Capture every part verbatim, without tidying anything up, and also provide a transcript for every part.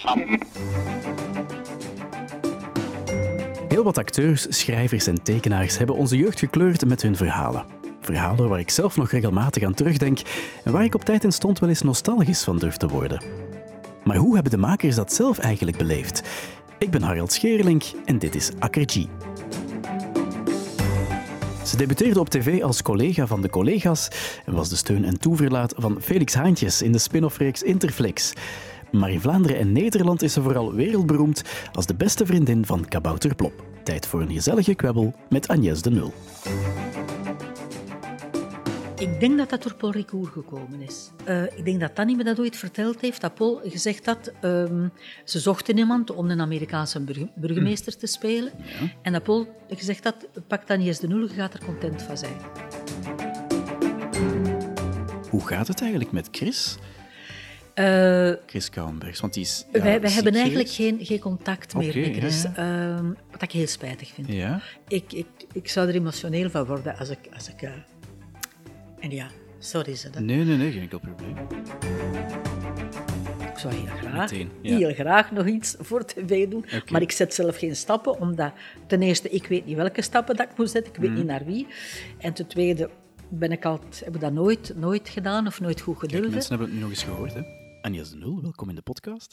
Heel wat acteurs, schrijvers en tekenaars hebben onze jeugd gekleurd met hun verhalen. Verhalen waar ik zelf nog regelmatig aan terugdenk en waar ik op tijd en stond wel eens nostalgisch van durf te worden. Maar hoe hebben de makers dat zelf eigenlijk beleefd? Ik ben Harald Scheerlink en dit is Akkergie. Ze debuteerde op tv als collega van de collega's en was de steun en toeverlaat van Felix Haantjes in de spin-off-reeks Interflex. Maar in Vlaanderen en Nederland is ze vooral wereldberoemd als de beste vriendin van Kabouter Plop. Tijd voor een gezellige kwebbel met Agnès de Nul. Ik denk dat dat door Paul Ricoeur gekomen is. Uh, ik denk dat Tannie me dat ooit verteld heeft, dat Paul gezegd had, um, ze zochten iemand om een Amerikaanse burg- burgemeester te spelen. Ja. En dat Paul gezegd had, pak Agnès de Nul, je gaat er content van zijn. Hoe gaat het eigenlijk met Chris? Uh, Chris Kouwenbergs, want die is... Ja, wij wij hebben eigenlijk geen, geen contact meer okay, met Chris, ja, ja. Uh, wat ik heel spijtig vind. Ja? Ik, ik, ik zou er emotioneel van worden als ik... Als ik uh, en ja, sorry ze dat. Nee, nee, nee, geen enkel probleem. Ik zou heel graag, Meteen, ja. heel graag nog iets voor tv doen, okay. Maar ik zet zelf geen stappen, omdat ten eerste, ik weet niet welke stappen dat ik moet zetten, ik weet mm. niet naar wie. En ten tweede, ben ik altijd, heb ik dat nooit, nooit gedaan of nooit goed gedurfd. Kijk, mensen hebben het nu nog eens gehoord, hè. Agnès de Nul, welkom in de podcast.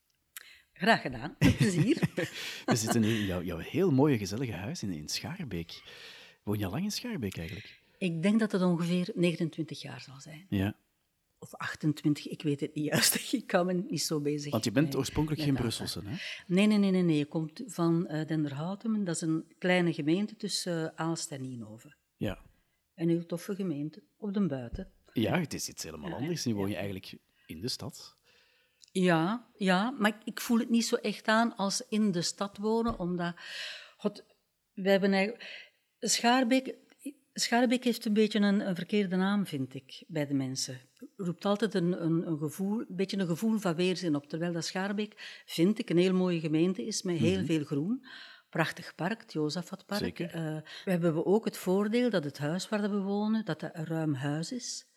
Graag gedaan, met plezier. We zitten nu in jouw, jouw heel mooie, gezellige huis in, in Schaarbeek. Woon je al lang in Schaarbeek eigenlijk? Ik denk dat het ongeveer negenentwintig jaar zal zijn. Ja. Of achtentwintig, ik weet het niet juist. Ik kan me niet zo bezig. Want je bent met, oorspronkelijk geen Brusselse, hè? Nee, nee, nee, nee, nee. Je komt van uh, Denderhouten. Dat is een kleine gemeente tussen uh, Aalst en Nienhoven. Ja. Een heel toffe gemeente, op de buiten. Ja, het is iets helemaal ja, anders. Nu woon je ja. eigenlijk in de stad. Ja, ja, maar ik, ik voel het niet zo echt aan als in de stad wonen, omdat... God, wij hebben eigenlijk... Schaarbeek... Schaarbeek heeft een beetje een, een verkeerde naam, vind ik, bij de mensen. Roept altijd een, een, een, gevoel, een beetje een gevoel van weerzin op. Terwijl dat Schaarbeek, vind ik, een heel mooie gemeente is, met heel mm-hmm. veel groen. Prachtig park, het Jozafatpark. Zeker. Uh, we hebben ook het voordeel dat het huis waar we wonen, dat dat een ruim huis is.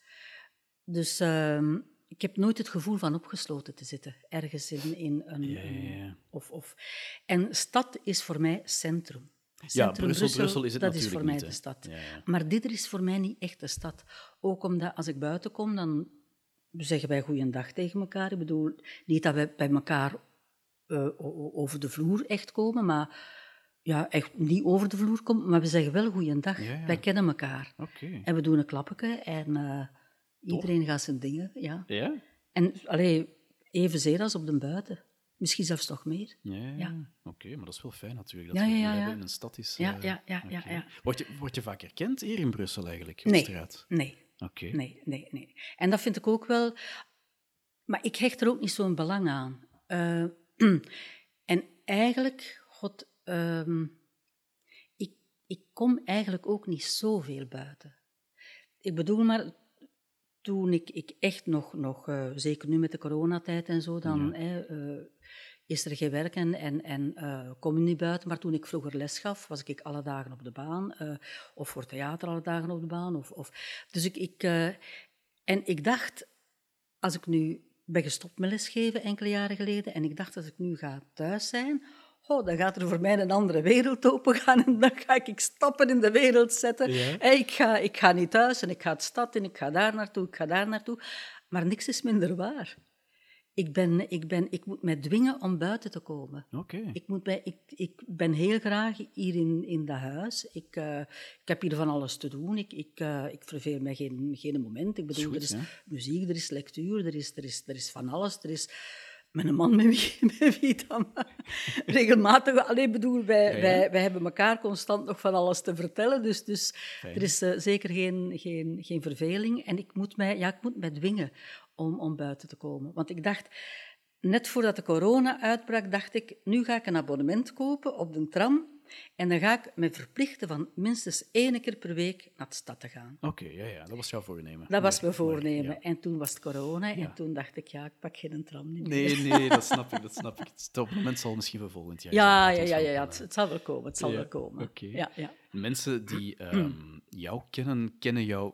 Dus uh, ik heb nooit het gevoel van opgesloten te zitten. Ergens in, in een... Ja, ja, ja. Of, of. En stad is voor mij centrum. Centrum ja, Brussel, Brussel, Brussel is het dat natuurlijk is voor niet, mij de stad. Ja, ja. Maar dit is voor mij niet echt de stad. Ook omdat als ik buiten kom, dan zeggen wij goeiedag tegen elkaar. Ik bedoel, niet dat wij bij elkaar uh, over de vloer echt komen, maar ja, echt niet over de vloer komen, maar we zeggen wel goeiedag. Ja, ja. Wij kennen elkaar. Okay. En we doen een klappetje en uh, iedereen gaat zijn dingen. Ja. Ja? En allee, evenzeer als op de buiten. Misschien zelfs nog meer. Ja, ja. ja. Oké, okay, maar dat is wel fijn natuurlijk, dat ja, je ja, ja, ja. in een stad is. Ja, uh, ja, ja, okay. ja, ja. Word je, word je vaak herkend hier in Brussel eigenlijk, op nee, straat? Nee, okay. nee, nee, nee. En dat vind ik ook wel... Maar ik hecht er ook niet zo'n belang aan. Uh, en eigenlijk, god... Um, ik, ik kom eigenlijk ook niet zoveel buiten. Ik bedoel maar... Toen ik, ik echt nog, nog uh, zeker nu met de coronatijd en zo, dan ja. eh, uh, is er geen werk en, en, en uh, kom je niet buiten. Maar toen ik vroeger les gaf, was ik alle dagen op de baan. Uh, of voor theater alle dagen op de baan. Of, of. Dus ik... ik uh, en ik dacht, als ik nu ben gestopt met lesgeven enkele jaren geleden, en ik dacht, als ik nu ga thuis zijn... Oh, dan gaat er voor mij een andere wereld opengaan en dan ga ik stappen in de wereld zetten. Ja. Hey, ik, ga, ik ga niet thuis en ik ga de stad in, ik ga daar naartoe, ik ga daar naartoe. Maar niks is minder waar. Ik, ben, ik, ben, ik moet mij dwingen om buiten te komen. Okay. Ik, moet mij, ik, ik ben heel graag hier in, in dat huis. Ik, uh, ik heb hier van alles te doen. Ik, ik, uh, ik verveel mij geen, geen moment. Ik bedoel, goed, er is ja. muziek, er is lectuur, er is, er, is, er is van alles. Er is... Met een man met wie, met wie dan regelmatig... Allee, bedoel, wij, ja, ja. Wij, wij hebben elkaar constant nog van alles te vertellen, dus, dus er is uh, zeker geen, geen, geen verveling. En ik moet mij, ja, ik moet mij dwingen om, om buiten te komen. Want ik dacht, net voordat de corona uitbrak, dacht ik, nu ga ik een abonnement kopen op de tram en dan ga ik me verplichten van minstens één keer per week naar de stad te gaan. Oké, okay, ja, ja, dat was jouw voornemen. Dat nee, was mijn voornemen. Maar, ja. En toen was het corona ja. en toen dacht ik, ja, ik pak geen tram niet Nee, meer. nee, dat snap ik, dat snap ik. Het moment zal misschien voor volgend jaar ja, zijn. Ja, ja, ja, ja, het, het zal wel komen, het zal ja, wel komen. Okay. Ja, ja. Mensen die um, jou kennen, kennen jou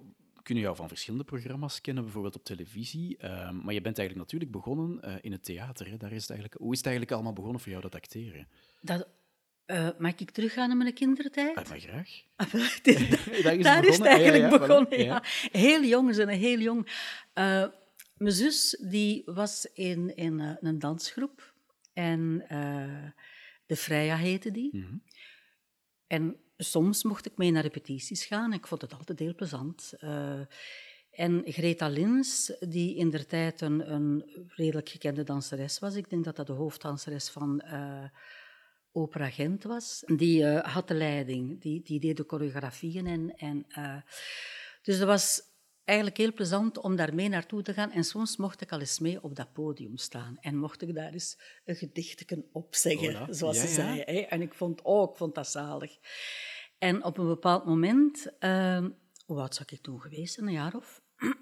kunnen jou van verschillende programma's kennen, bijvoorbeeld op televisie. Uh, maar je bent eigenlijk natuurlijk begonnen uh, in het theater. Hè? Daar is het eigenlijk... Hoe is het eigenlijk allemaal begonnen voor jou, dat acteren? Dat, uh, mag ik teruggaan naar mijn kindertijd? Uh, maar graag. Daar is, daar is het eigenlijk ah, ja, ja, begonnen, voilà. ja. ja. Heel jong, zijn heel jong. Uh, mijn zus die was in, in uh, een dansgroep. En uh, de Freya heette die. Mm-hmm. En soms mocht ik mee naar repetities gaan. Ik vond het altijd heel plezant. Uh, en Greta Lins, die indertijd een, een redelijk gekende danseres was. Ik denk dat dat de hoofddanseres van uh, Opera Gent was. Die uh, had de leiding. Die, die deed de choreografieën. En, en, uh, dus dat was eigenlijk heel plezant om daar mee naartoe te gaan. En soms mocht ik al eens mee op dat podium staan. En mocht ik daar eens een gedichtje op zeggen, oh, zoals ja, ze ja. zei. Hè? En ik vond, oh, ik vond dat zalig. En op een bepaald moment, uh, hoe oud zou ik toen geweest zijn? Een jaar of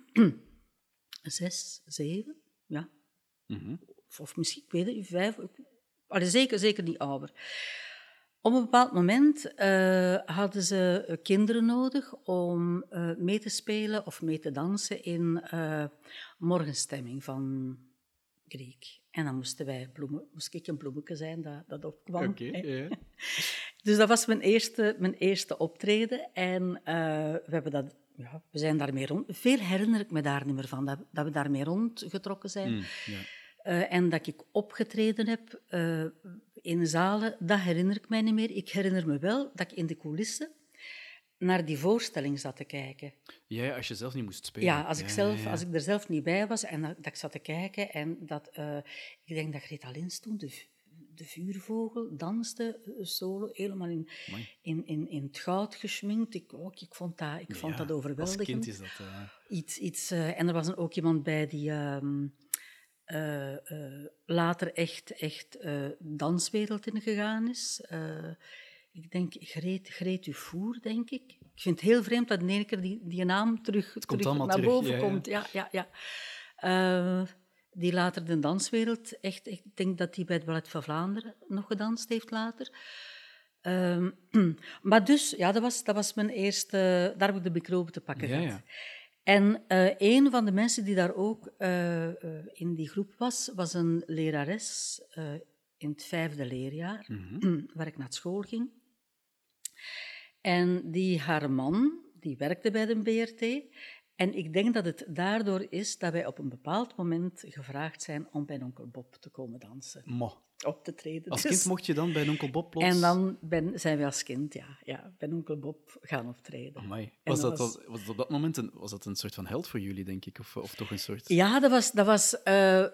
zes, zeven, ja. Mm-hmm. Of, of misschien, ik weet het niet, vijf. Allee, zeker, zeker niet ouder. Op een bepaald moment uh, hadden ze kinderen nodig om uh, mee te spelen of mee te dansen in uh, Morgenstemming van Griek. En dan moesten wij bloemen, moest ik een bloemetje zijn dat, dat opkwam. Okay, yeah. Dus dat was mijn eerste, mijn eerste optreden. En uh, we, hebben dat, ja, we zijn daarmee rond. Veel herinner ik me daar niet meer van, dat, dat we daarmee rondgetrokken zijn. Mm, yeah. uh, en dat ik opgetreden heb uh, in zalen, dat herinner ik mij niet meer. Ik herinner me wel dat ik in de coulissen naar die voorstelling zat te kijken. Ja, als je zelf niet moest spelen. Ja, als ik, ja, zelf, ja, ja. als ik er zelf niet bij was en dat, dat ik zat te kijken en dat, uh, ik denk dat Greta Lins toen de, de vuurvogel danste, uh, solo, helemaal in, in, in, in het goud geschminkt. Ik, ook, ik vond dat, ik vond ja, dat overweldigend. Als kind is dat... Uh... Iets, iets, uh, en er was ook iemand bij die uh, uh, uh, later echt, echt uh, danswereld ingegaan is. Uh, Ik denk Greet, Greet Dufour, denk ik. Ik vind het heel vreemd dat in één keer die, die naam terug, terug naar terug. boven ja, ja. komt. Ja, ja, ja. Uh, die later de danswereld, echt, ik denk dat die bij het Ballet van Vlaanderen nog gedanst heeft later. Uh, maar dus, ja, dat was, dat was mijn eerste... Daar heb ik de microbe te pakken ja, gehad. Ja. En uh, een van de mensen die daar ook uh, uh, in die groep was, was een lerares uh, in het vijfde leerjaar, mm-hmm. waar ik naar school ging. En die, haar man, die werkte bij de B R T. En ik denk dat het daardoor is dat wij op een bepaald moment gevraagd zijn om bij Onkel Bob te komen dansen. Mo. Op te treden. Als dus. kind mocht je dan bij Onkel Bob plots? En dan ben, zijn we als kind, ja, ja, bij Onkel Bob gaan optreden. Amai. Was, dat, was... was dat op dat moment een, was dat een soort van held voor jullie, denk ik? Of, of toch een soort... Ja, dat was, dat was, uh,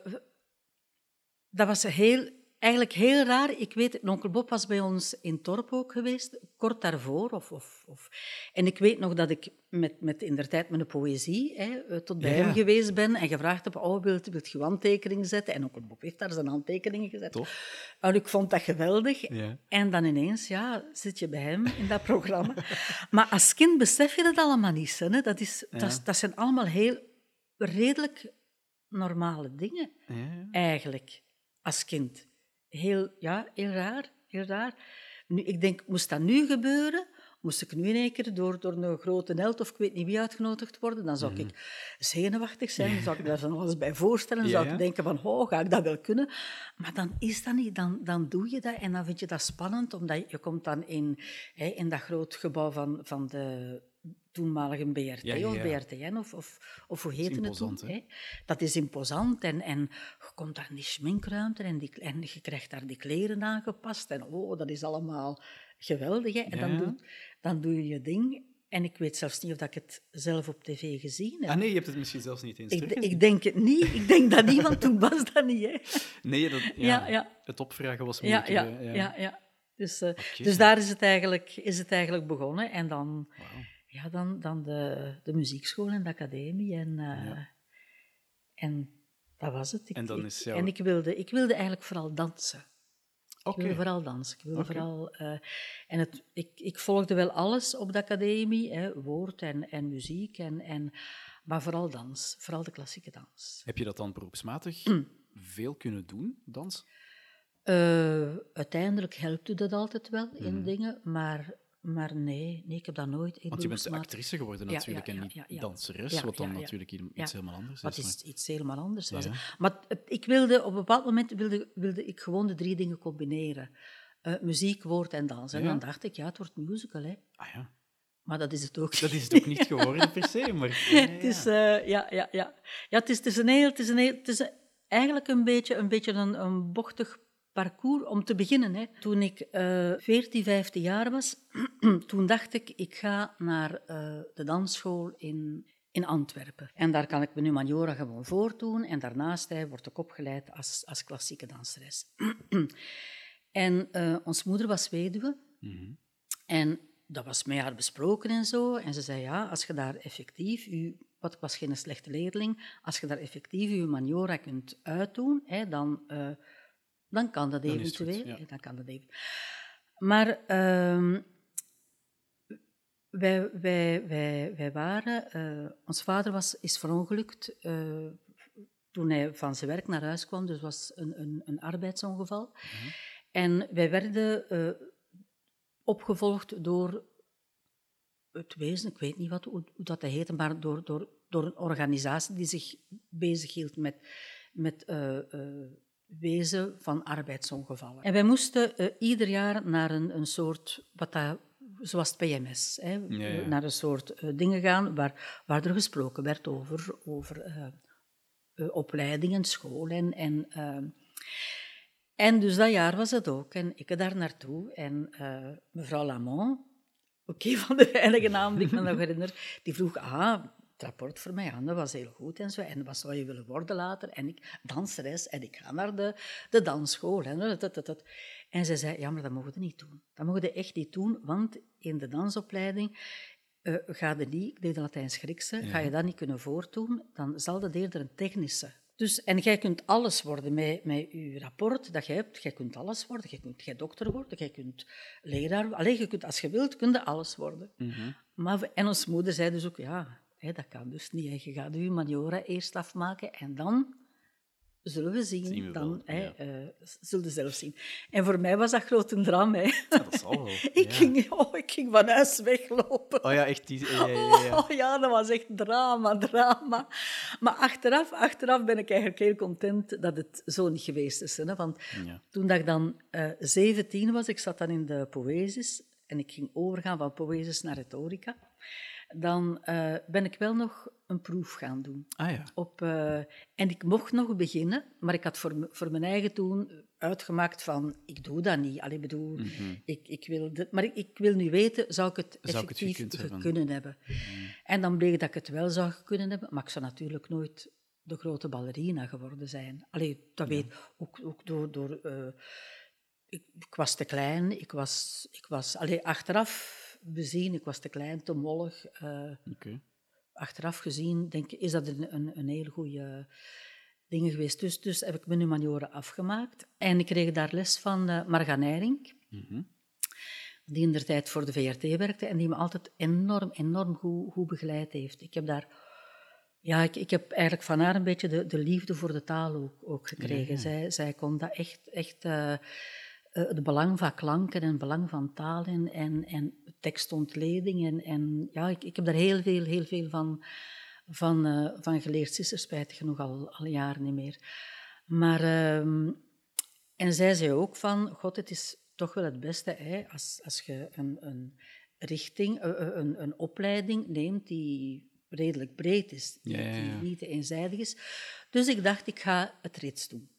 dat was heel... Eigenlijk heel raar. Ik weet, Onkel Bob was bij ons in Torp ook geweest, kort daarvoor. Of, of, of. En ik weet nog dat ik met, met indertijd mijn poëzie hè, tot bij ja. hem geweest ben en gevraagd heb, oh, wilt, wilt je uw handtekening zetten? En Onkel Bob heeft daar zijn handtekeningen gezet. Tof. En ik vond dat geweldig. Ja. En dan ineens, ja, zit je bij hem in dat programma. Maar als kind besef je dat allemaal niet. Hè. Dat, is, ja. dat, dat zijn allemaal heel redelijk normale dingen, ja. eigenlijk, als kind. Heel, ja, heel raar, heel raar. Nu, ik denk, moest dat nu gebeuren, moest ik nu in één keer door, door een grote held of ik weet niet wie uitgenodigd worden, dan zou mm. ik zenuwachtig zijn, dan zou ik daar van alles bij voorstellen, dan zou ja, ja. ik denken van, oh, ga ik dat wel kunnen? Maar dan is dat niet, dan, dan doe je dat en dan vind je dat spannend, omdat je, je komt dan in, hè, in dat groot gebouw van, van de toenmalige B R T ja, ja, ja. of B R T N, of, of, of hoe heette het toen? Hè? Dat is imposant en, en je komt daar in die schminkruimte en, die, en je krijgt daar die kleren aangepast en oh, dat is allemaal geweldig. Hè? En ja. dan, doe, dan doe je je ding en ik weet zelfs niet of ik het zelf op tv gezien heb. Ah nee, je hebt het misschien zelfs niet eens ik, ik denk het niet, ik denk dat niet, want toen was dat niet. Hè? Nee, dat, ja, ja, ja. het opvragen was moeilijk. Ja, ja, ja. ja, ja. Dus, uh, okay. dus daar is het, eigenlijk, is het eigenlijk begonnen en dan... Wow. Ja, dan, dan de, de muziekschool en de academie. En, uh, ja. en dat was het. Ik, en dan is jouw... en ik wilde, ik wilde eigenlijk vooral dansen. Okay. Ik wilde vooral dansen. Ik wilde okay. vooral, uh, en het, ik, ik volgde wel alles op de academie, hè, woord en, en muziek, en, en, maar vooral dans. Vooral de klassieke dans. Heb je dat dan beroepsmatig mm. veel kunnen doen, dans? Uh, uiteindelijk helpt u dat altijd wel in mm. dingen, maar... maar nee, nee, ik heb dat nooit... Ik Want je bent beroepsmatig- actrice geworden Ja, natuurlijk ja, en ja, niet ja, ja. danseres, Ja, wat dan ja, ja. natuurlijk iets Ja. helemaal anders Wat is. is iets helemaal anders was. Ja. het. Maar het- ik wilde, op een bepaald moment wilde, wilde ik gewoon de drie dingen combineren. Eh, muziek, woord en dans. En Ja. dan dacht ik, ja, het wordt musical, hè. Ah ja, Maar dat is het ook niet. dat is het ook niet geworden per se, maar... Ja, ja, Het is, eh, ja, ja, ja. Ja, het is, het is een heel... Het is, een heel, het is een- eigenlijk een beetje een, beetje een, een bochtig parcours om te beginnen. Hè. Toen ik eh veertien, vijftien jaar was, toen dacht ik, ik ga naar eh, de dansschool in, in Antwerpen. En daar kan ik mijn humaniora gewoon voordoen. En daarnaast hè, word ik opgeleid als, als klassieke danseres. En uh, ons moeder was weduwe. Mhm. En dat was met haar besproken en zo. En ze zei, ja, als je daar effectief... Je, wat, ik was geen slechte leerling. Als je daar effectief je humaniora kunt uitdoen, hè, dan, uh, dan kan dat Dan is het goed, eventueel. ja. Dan kan dat even. Maar uh, wij, wij, wij, wij waren... Uh, ons vader was, is verongelukt uh, toen hij van zijn werk naar huis kwam. Dus het was een, een, een arbeidsongeval. Mm-hmm. En wij werden... Uh, opgevolgd door het wezen, ik weet niet wat, hoe, hoe dat heette, maar door, door, door een organisatie die zich bezighield met, met uh, uh, wezen van arbeidsongevallen. En wij moesten uh, ieder jaar naar een, een soort, wat dat, zoals het P M S, hè, ja, ja. naar een soort uh, dingen gaan waar, waar er gesproken werd over, over uh, uh, opleidingen, scholen en... Uh, En dus dat jaar was het ook. En ik daar naartoe. En uh, mevrouw Lamont, ook een van de weinige namen die ik me nog herinner, die vroeg, ah, het rapport voor mij aan, dat was heel goed en zo. En wat zou je willen worden later? En ik, danseres, en ik ga naar de, de dansschool. En, dat, dat, dat. En zij zei, ja, maar dat mogen we niet doen. Dat mogen we echt niet doen, want in de dansopleiding uh, ga je niet, ik deed de Latijns-Griekse, ja. ga je dat niet kunnen voortdoen, dan zal dat eerder een technische. Dus, en jij kunt alles worden met, met je rapport dat jij hebt. Jij kunt alles worden. Jij kunt jij dokter worden, jij kunt leraar worden. Allee, je kunt, als je wilt, kun je alles worden. Mm-hmm. Maar, en ons moeder zei dus ook, ja, hé, dat kan dus niet. Hè. Je gaat je humaniora eerst afmaken en dan zullen we zien. zien we dan wel, ja. hè, uh, zullen we zelf zien. En voor mij was dat groot een drama. Hè. Ja, dat zal wel. ik, ja. ging, oh, ik ging van huis weglopen. Oh ja, echt. Die, ja, ja, ja, ja. Oh ja, dat was echt drama, drama. Maar achteraf, achteraf ben ik eigenlijk heel content dat het zo niet geweest is. Hè? Want ja. toen dat ik dan uh, zeventien was, ik zat dan in de poëzis en ik ging overgaan van poëzis naar retorica, dan uh, ben ik wel nog een proef gaan doen. Ah, ja. Op, uh, en ik mocht nog beginnen, maar ik had voor, voor mijn eigen toen uitgemaakt van, ik doe dat niet. Allee, bedoel, mm-hmm. ik, ik wil dit, maar ik, ik wil nu weten, zou ik het zou effectief ik het hebben? kunnen hebben? Mm-hmm. En dan bleek dat ik het wel zou kunnen hebben, maar ik zou natuurlijk nooit de grote ballerina geworden zijn. Allee, dat ja. weet ook, ook door... door uh, ik, ik was te klein, ik was... Ik was allee, achteraf bezien, ik was te klein, te mollig. Uh, okay. Achteraf gezien, denk ik, is dat een, een, een heel goede ding geweest. Dus, dus heb ik mijn humaniora afgemaakt. En ik kreeg daar les van uh, Marga Nijrink, mm-hmm. die in der tijd voor de V R T werkte en die me altijd enorm, enorm goed, goed begeleid heeft. Ik heb daar... Ja, ik, ik heb eigenlijk van haar een beetje de, de liefde voor de taal ook, ook gekregen. Ja, ja. Zij, zij kon dat echt... echt uh, uh, het belang van klanken en het belang van taal en, en, en tekstontleding. En, en ja, ik, ik heb daar heel veel, heel veel van, van, uh, van geleerd. Ze is er spijtig genoeg al, al jaren niet meer. Maar, uh, en zij zei ook van, god, het is toch wel het beste hè, als, als je een, een richting, uh, een, een opleiding neemt die redelijk breed is, die, ja, ja, ja. die niet te eenzijdig is. Dus ik dacht, ik ga het rits doen.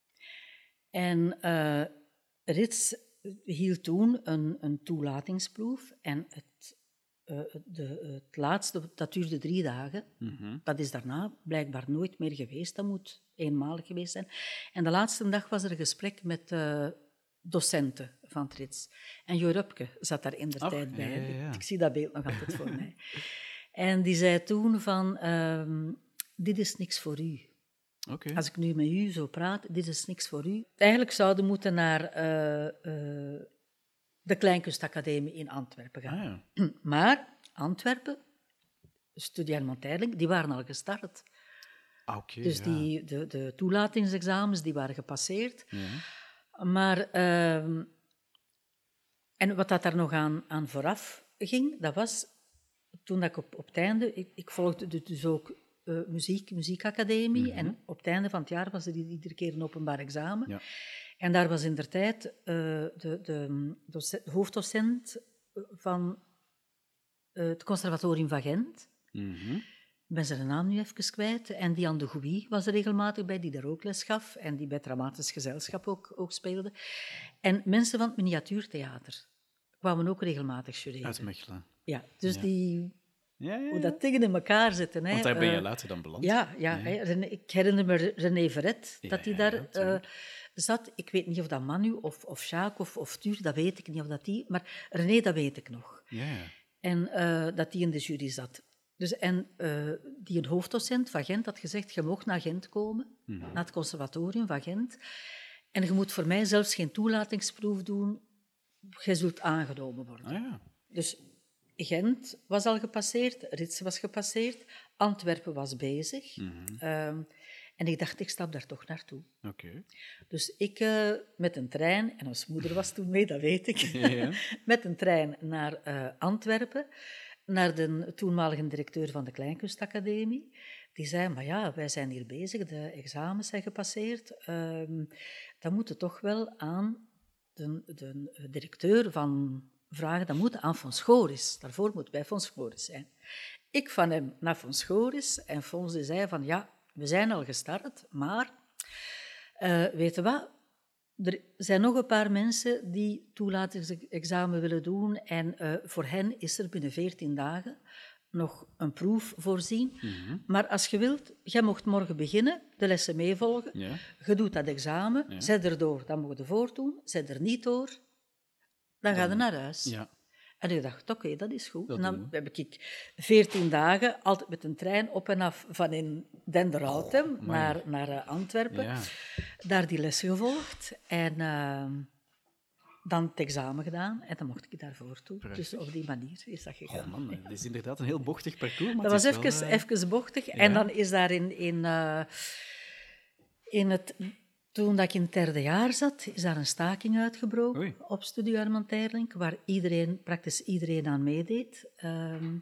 En uh, rits hield toen een, een toelatingsproef en het, uh, de, het laatste, dat duurde drie dagen. Mm-hmm. Dat is daarna blijkbaar nooit meer geweest, dat moet eenmalig geweest zijn. En de laatste dag was er een gesprek met uh, docenten van het rits. En Jo Rupke zat daar in de oh, tijd bij. Ja, ja, ja. Ik, ik zie dat beeld nog altijd voor mij. En die zei toen van, uh, dit is niks voor u. Okay. Als ik nu met u zo praat, dit is niks voor u. Eigenlijk zouden we moeten naar uh, uh, de Kleinkunstacademie in Antwerpen gaan. Ah, ja. Maar Antwerpen, Studie Helmont Teirlinck, die waren al gestart. Okay, dus ja. die, de, de toelatingsexamens die waren gepasseerd. Ja. Maar uh, en wat dat daar nog aan, aan vooraf ging, dat was toen dat ik op, op het einde... Ik, ik volgde dus ook uh, muziek, muziekacademie. Mm-hmm. En op het einde van het jaar was er iedere keer een openbaar examen. Ja. En daar was inderdaad uh, de, de, de hoofddocent van uh, het conservatorium van Gent. Mm-hmm. Ik ben zijn naam nu even kwijt. En Diane de Gouy was er regelmatig bij, die daar ook les gaf. En die bij het dramatisch gezelschap ook, ook speelde. En mensen van het miniatuurtheater kwamen ook regelmatig studeren. Uit Mechelen. Ja, dus ja. die... Ja, ja, ja. Hoe dat dingen in elkaar zitten. Hè. Want daar ben je uh, later dan beland. Ja, ja, ja. Hè. Ik herinner me René Verret, dat hij ja, daar ja, uh, zat. Ik weet niet of dat Manu of, of Sjaak of, of Tuur, dat weet ik niet of dat die... Maar René, dat weet ik nog. Ja, ja. En uh, dat die in de jury zat. Dus, en uh, die een hoofddocent van Gent had gezegd, je mag naar Gent komen, mm-hmm. naar het conservatorium van Gent. En je moet voor mij zelfs geen toelatingsproef doen. Je zult aangenomen worden. Ah, ja. Dus Gent was al gepasseerd, Ritsen was gepasseerd, Antwerpen was bezig. Mm-hmm. Um, en ik dacht, ik stap daar toch naartoe. Okay. Dus ik uh, met een trein, en ons moeder was toen mee, dat weet ik, ja, ja. met een trein naar uh, Antwerpen, naar de toenmalige directeur van de Kleinkunstacademie. Die zei, maar ja, wij zijn hier bezig, de examens zijn gepasseerd. Um, dan moet het toch wel aan de, de directeur van vragen, dat moet aan Fons Goris. Daarvoor moet bij Fons Goris zijn. Ik van hem naar Fons Goris en Fons die zei van, ja, we zijn al gestart, maar uh, weet je wat? Er zijn nog een paar mensen die toelatingsexamen willen doen en uh, voor hen is er binnen veertien dagen nog een proef voorzien. Mm-hmm. Maar als je wilt, jij mocht morgen beginnen, de lessen meevolgen. Ja. Je doet dat examen, ja. Zet erdoor, dan mag je voortdoen. Zet er niet door, dan ga je naar huis. Ja. En ik dacht, oké, okay, dat is goed. Dat en dan heb ik veertien dagen altijd met een trein op en af van in Denderhouten oh, naar, naar uh, Antwerpen. Ja. Daar die les gevolgd en uh, dan het examen gedaan. En dan mocht ik daarvoor toe. Prachtig. Dus op die manier is dat gegaan. Oh man, dat is inderdaad een heel bochtig parcours. Maar dat was even, wel, uh... even bochtig. Ja. En dan is daar in, in, uh, in het... Toen dat ik in het derde jaar zat, is daar een staking uitgebroken Oei. op Studio Herman Teirlinck, waar iedereen, praktisch iedereen aan meedeed. Um,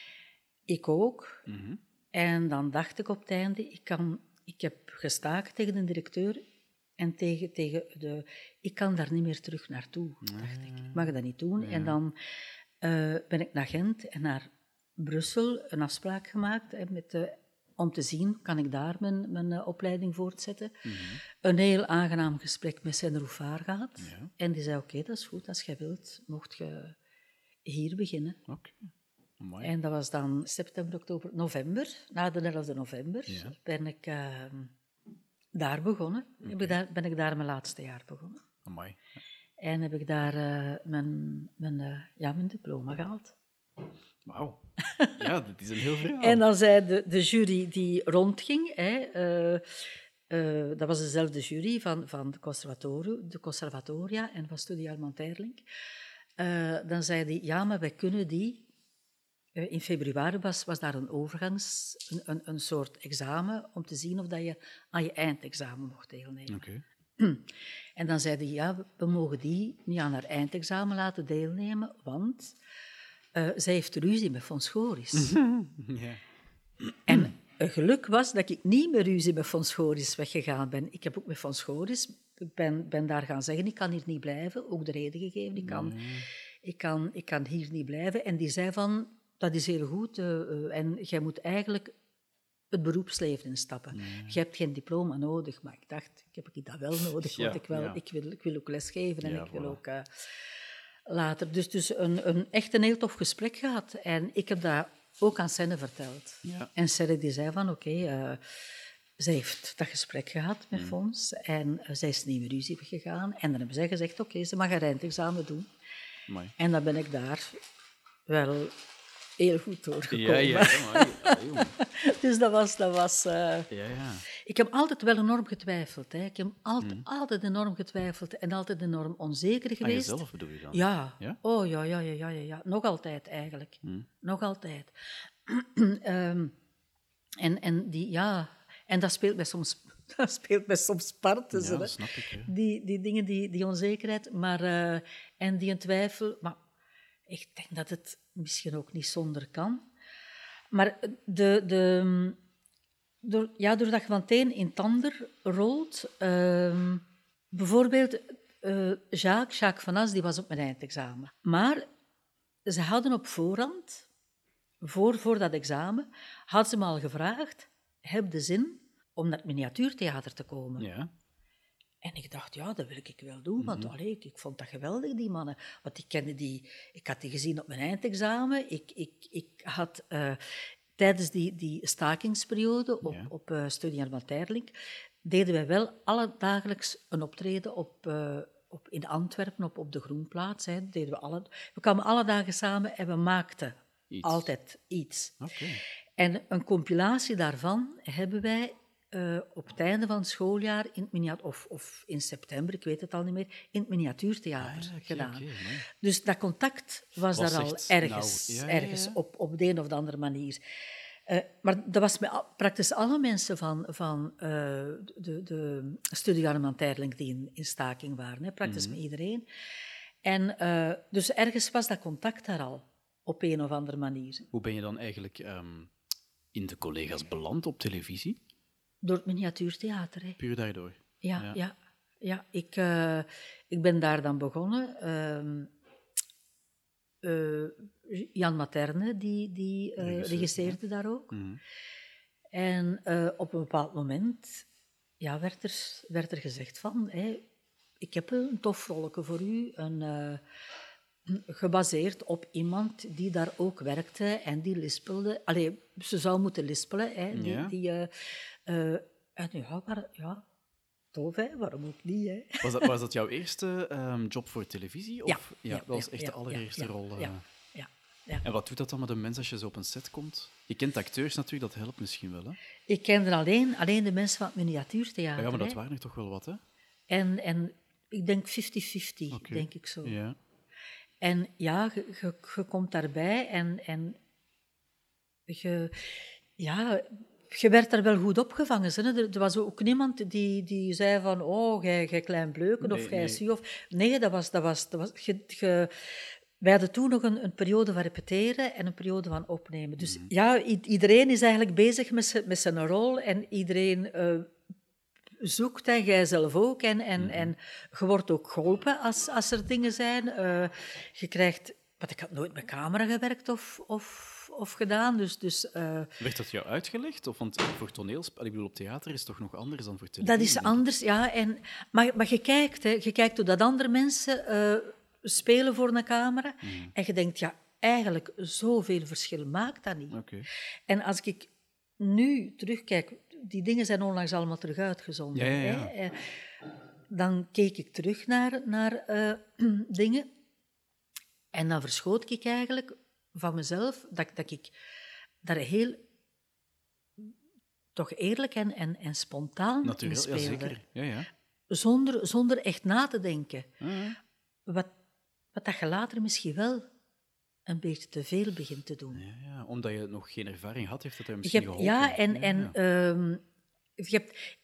ik ook. Mm-hmm. En dan dacht ik op het einde, ik, kan, ik heb gestaakt tegen de directeur en tegen, tegen de... Ik kan daar niet meer terug naartoe, dacht ik. Ik mag dat niet doen. Ja. En dan uh, ben ik naar Gent en naar Brussel een afspraak gemaakt hè, met de... om te zien, kan ik daar mijn, mijn uh, opleiding voortzetten. Mm-hmm. Een heel aangenaam gesprek met zijn roefaar gehad. Ja. En die zei, oké, okay, dat is goed, als jij wilt, mocht je hier beginnen. Okay. En dat was dan september, oktober, november. Na de elfde november ja. ben ik uh, daar begonnen. Okay. Ben, daar, ben ik daar mijn laatste jaar begonnen. Amai. En heb ik daar uh, mijn, mijn, uh, ja, mijn diploma gehaald. Wauw. Ja, dat is een heel verhaal. En dan zei de, de jury die rondging, hè, uh, uh, dat was dezelfde jury van, van de, conservatorio, de conservatoria en van Studio Herman Teirlinck. Uh, dan zei die, ja, maar wij kunnen die... Uh, in februari was, was daar een overgangs... Een, een, een soort examen om te zien of dat je aan je eindexamen mocht deelnemen. Okay. En dan zei die, ja, we mogen die niet aan haar eindexamen laten deelnemen, want... Uh, zij heeft ruzie met Fons Goris. Ja. En een geluk was dat ik niet met ruzie met Fons Goris weggegaan ben. Ik heb ook met Fons Goris, ik ben, ben daar gaan zeggen, ik kan hier niet blijven, ook de reden gegeven, ik kan, nee. ik kan, ik kan hier niet blijven. En die zei van, dat is heel goed, uh, uh, en jij moet eigenlijk het beroepsleven instappen. Nee. Je hebt geen diploma nodig, maar ik dacht, ik heb dat wel nodig, want ja, ik, wel, ja. ik, wil, ik wil ook lesgeven en ja, ik wil voilà. ook... Uh, Later. Dus, dus een, een, echt een heel tof gesprek gehad. En ik heb dat ook aan Senne verteld. Ja. En Senne die zei van, oké, okay, uh, zij heeft dat gesprek gehad met mm. Fons en uh, zij is niet meer ruzie gegaan. En dan hebben zij gezegd, oké, okay, ze mag haar eindexamen doen. Amai. En dan ben ik daar wel heel goed doorgekomen. Ja, ja, amai. Amai. Dus dat was... Dat was uh, ja, ja. Ik heb altijd wel enorm getwijfeld. Hè. Ik heb altijd, mm. altijd enorm getwijfeld en altijd enorm onzeker geweest. Aan jezelf bedoel je dan? Ja. ja? Oh, ja, ja, ja, ja, ja, ja. Nog altijd eigenlijk. Mm. Nog altijd. um, en, en, die, ja. en dat speelt mij soms dat speelt mij soms part tussen. Ja, hè. dat snap ik. Ja. Die, die dingen, die, die onzekerheid maar, uh, en die een twijfel. Maar ik denk dat het misschien ook niet zonder kan. Maar de, de, door, ja, doordat je van het een in het ander rolt... Uh, bijvoorbeeld uh, Jacques, Jacques Van As, die was op mijn eindexamen. Maar ze hadden op voorhand, voor, voor dat examen, hadden ze me al gevraagd, heb de zin om naar het miniatuurtheater te komen? Ja. En ik dacht, ja, dat wil ik wel doen, want mm-hmm. allee, ik, ik vond dat geweldig, die mannen. Want ik, kende die, ik had die gezien op mijn eindexamen. Ik, ik, ik had uh, tijdens die, die stakingsperiode op, ja. op uh, Studie Herman Terling, deden wij wel alle dagelijks een optreden op, uh, op, in Antwerpen, op, op de Groenplaats. Hè. Deden we, alle, we kwamen alle dagen samen en we maakten iets. altijd iets. Okay. En een compilatie daarvan hebben wij uh, op het einde van het schooljaar, in het miniatuur, of, of in september, ik weet het al niet meer, in het miniatuurtheater ah, ja, gedaan. Okay, okay, dus dat contact was, was daar al ergens, nou, ja, ergens ja, ja. Op, op de een of de andere manier. Uh, maar dat was met praktisch alle mensen van, van uh, de, de Studie Herman Terling die in, in staking waren. Hè, praktisch mm-hmm. met iedereen. En uh, dus ergens was dat contact daar al, op een of andere manier. Hoe ben je dan eigenlijk um, in de collega's beland op televisie? Door het miniatuurtheater. Hè. Puur daardoor? Ja, ja. ja, ja. Ik, uh, ik ben daar dan begonnen. Uh, uh, Jan Materne, die, die uh, regisseerde ja. daar ook. Mm-hmm. En uh, op een bepaald moment ja, werd, er, werd er gezegd van... Hey, ik heb een tof rolletje voor u, een, uh, gebaseerd op iemand die daar ook werkte en die lispelde. Allee, ze zou moeten lispelen. Hè, die, ja. die, uh, uh, en ja, maar, ja, tof, hè, waarom ook niet? Hè? Was, dat, was dat jouw eerste um, job voor televisie? Of? Ja. ja, ja dat was echt ja, de allereerste ja, rol. Uh... Ja, ja, ja. En wat doet dat dan met een mens als je zo op een set komt? Je kent acteurs natuurlijk, dat helpt misschien wel. Hè? Ik kende alleen, alleen de mensen van het miniatuurtheater. Ja, maar dat hè. waren er toch wel wat, hè? En, en ik denk vijftig vijftig, okay. denk ik zo. Ja. En ja, je, je, je komt daarbij en, en je, ja, je werd daar wel goed opgevangen. Hè? Er, er was ook niemand die, die zei van, oh, jij, jij klein bleuken nee, of jij nee. su. Of, nee, dat was... Dat was, dat was je, je, wij hadden toen nog een, een periode van repeteren en een periode van opnemen. Dus mm. ja, i- iedereen is eigenlijk bezig met, z- met zijn rol en iedereen... Uh, zoekt, en jij zelf ook. En, en, mm-hmm. en je wordt ook geholpen als, als er dingen zijn. Uh, je krijgt... Want ik had nooit met camera gewerkt of, of, of gedaan. Dus, dus, uh, werd dat jou uitgelegd? Of, want voor toneelspel, ik bedoel, op theater is het toch nog anders dan voor televisie? Dat is anders, ja. En, maar, maar je kijkt, hè, je kijkt hoe dat andere mensen uh, spelen voor een camera. Mm. En je denkt, ja, eigenlijk zoveel verschil maakt dat niet. Okay. En als ik nu terugkijk... Die dingen zijn onlangs allemaal terug uitgezonden. Ja, ja, ja. Hè? Dan keek ik terug naar, naar uh, dingen. En dan verschoot ik eigenlijk van mezelf dat, dat ik daar heel... toch eerlijk en, en, en spontaan Natuurlijk, speelde. ja, zeker. Ja, ja. Zonder, zonder echt na te denken. Uh-huh. Wat, wat dat je later misschien wel een beetje te veel begint te doen. Ja, ja. Omdat je nog geen ervaring had, heeft dat er misschien je hebt, geholpen. Ja, en, ja, en ja. Um, je hebt...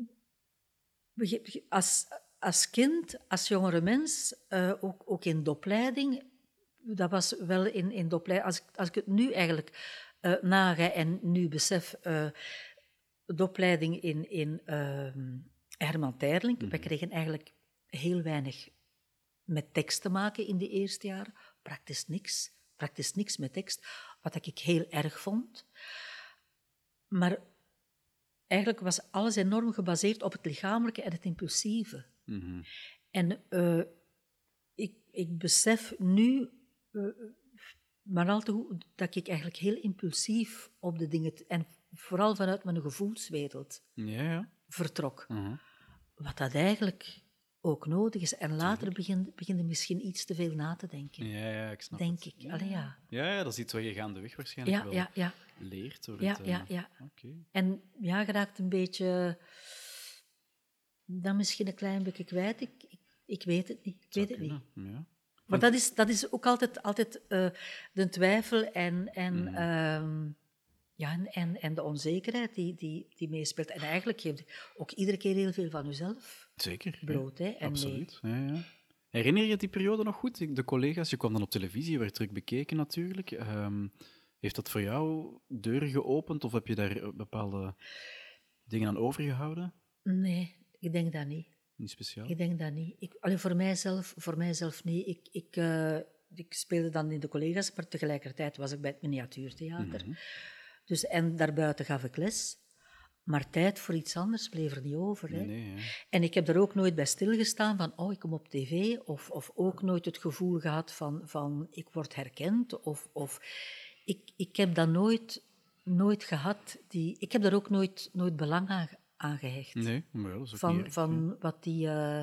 Je, als, als kind, als jongere mens, uh, ook, ook in de opleiding, dat was wel in, in de opleiding... Als, als ik het nu eigenlijk uh, naga en nu besef, uh, de opleiding in, in uh, Herman Terling, mm-hmm. we kregen eigenlijk heel weinig met tekst te maken in de eerste jaren, praktisch niks. Praktisch niks met tekst, wat ik heel erg vond. Maar eigenlijk was alles enorm gebaseerd op het lichamelijke en het impulsieve. Mm-hmm. En uh, ik, ik besef nu, uh, maar al te goed, dat ik eigenlijk heel impulsief op de dingen, t- en vooral vanuit mijn gevoelswereld, ja, ja. vertrok. Mm-hmm. Wat dat eigenlijk... ook nodig is. En later begin, begin je misschien iets te veel na te denken. Ja, ja, ik snap Denk het. ik. Allee, ja. Ja, ja, dat is iets wat je gaandeweg waarschijnlijk Ja, wel ja, ja. leert. Door Ja, het, uh... ja, ja. Okay. En ja, je raakt een beetje... Dan misschien een klein beetje kwijt. Ik, ik, ik weet het niet. Ik weet het niet. Ja. Maar dat is, dat is ook altijd, altijd uh, de twijfel en... en mm. um, Ja, en, en, en de onzekerheid die, die, die meespeelt. En eigenlijk geeft ook iedere keer heel veel van jezelf Zeker. bloot. Hè, en absoluut. Ja, ja. Herinner je die periode nog goed? De collega's, je kwam dan op televisie, je werd terug bekeken natuurlijk. Um, heeft dat voor jou deuren geopend of heb je daar bepaalde dingen aan overgehouden? Nee, ik denk dat niet. Niet speciaal? Ik denk dat niet. Ik, allee, voor, mijzelf, voor mijzelf niet. Ik, ik, uh, ik speelde dan in de collega's, maar tegelijkertijd was ik bij het miniatuurtheater. Mm-hmm. Dus, en daarbuiten gaf ik les. Maar tijd voor iets anders bleef er niet over. Hè. Nee, ja. En ik heb er ook nooit bij stilgestaan van, oh, ik kom op tv. Of, of ook nooit het gevoel gehad van, van ik word herkend. Of, of ik, ik heb dat nooit, nooit gehad. Die, ik heb daar ook nooit, nooit belang aan, aan gehecht. Nee, maar dat is ook van, niet erg, van ja. wat die... Uh,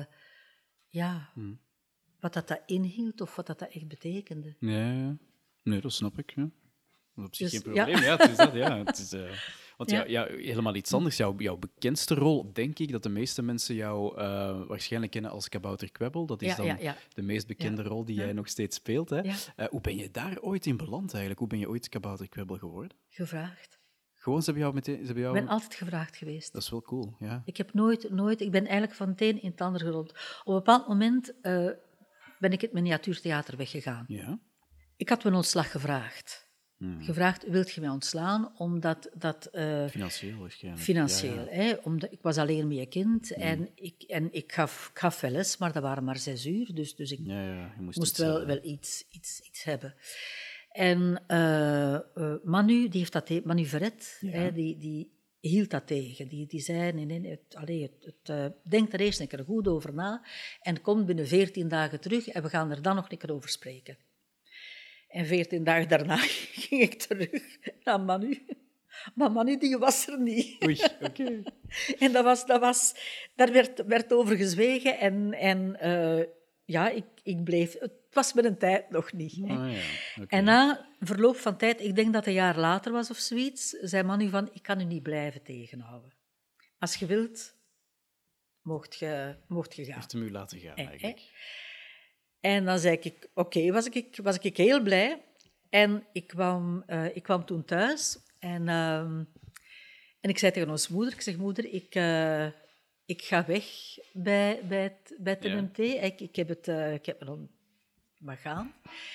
ja, hmm. wat dat, dat inhield of wat dat, dat echt betekende. Ja, ja. Nee, dat snap ik. Ja. Dat is op zich Dus, geen probleem. Ja. Ja, het is dat, ja. Het is, uh, want ja. Ja, ja, helemaal iets anders. Jouw, jouw bekendste rol, denk ik, dat de meeste mensen jou uh, waarschijnlijk kennen als Kabouter Kwebbel. Dat is ja, dan ja, ja. de meest bekende ja. rol die ja. jij nog steeds speelt. Hè? Ja. Uh, hoe ben je daar ooit in beland eigenlijk? Hoe ben je ooit Kabouter Kwebbel geworden? Gevraagd. Gewoon, ze hebben jou meteen... Ze hebben jou... Ik ben altijd gevraagd geweest. Dat is wel cool, ja. Ik heb nooit, nooit... Ik ben eigenlijk van het een in het ander gerold. Op een bepaald moment uh, ben ik het miniatuurtheater weggegaan. Ja. Ik had mijn ontslag gevraagd. Hmm. Gevraagd, wilt je mij ontslaan? Omdat dat... Uh, financieel waarschijnlijk. Financieel, ja, ja. Hè, omdat, ik was alleen met je kind hmm. en, ik, en ik, gaf, ik gaf wel les, maar dat waren maar zes uur, dus, dus ik ja, ja, je moest, moest wel, wel iets, iets, iets hebben. En uh, uh, Manu, die heeft dat te- Manu Verret, ja. hè, die, die hield dat tegen. Die, die zei, nee, nee, het, allee, het, het, uh, denk er eerst een keer goed over na en kom binnen veertien dagen terug en we gaan er dan nog een keer over spreken. En veertien dagen daarna ging ik terug naar Manu. Maar Manu, die was er niet. Oei, oké. Okay. En dat was, dat was, daar werd, werd over gezwegen en, en uh, ja, ik, ik bleef... Het was met een tijd nog niet. Hè. Oh, ja. Okay. En na verloop van tijd, ik denk dat het een jaar later was of zoiets, zei Manu van, ik kan u niet blijven tegenhouden. Als je wilt, mocht je, mocht je gaan. Heeft hem u laten gaan, eigenlijk. Eh, eh. En dan zei ik, oké, okay, was, ik, was ik heel blij. En ik kwam, uh, ik kwam toen thuis en, uh, en ik zei tegen ons moeder, ik zeg, moeder, ik, uh, ik ga weg bij, bij het, bij het M M T. Ja. Ik, ik heb het, uh, ik heb me dan maar gaan.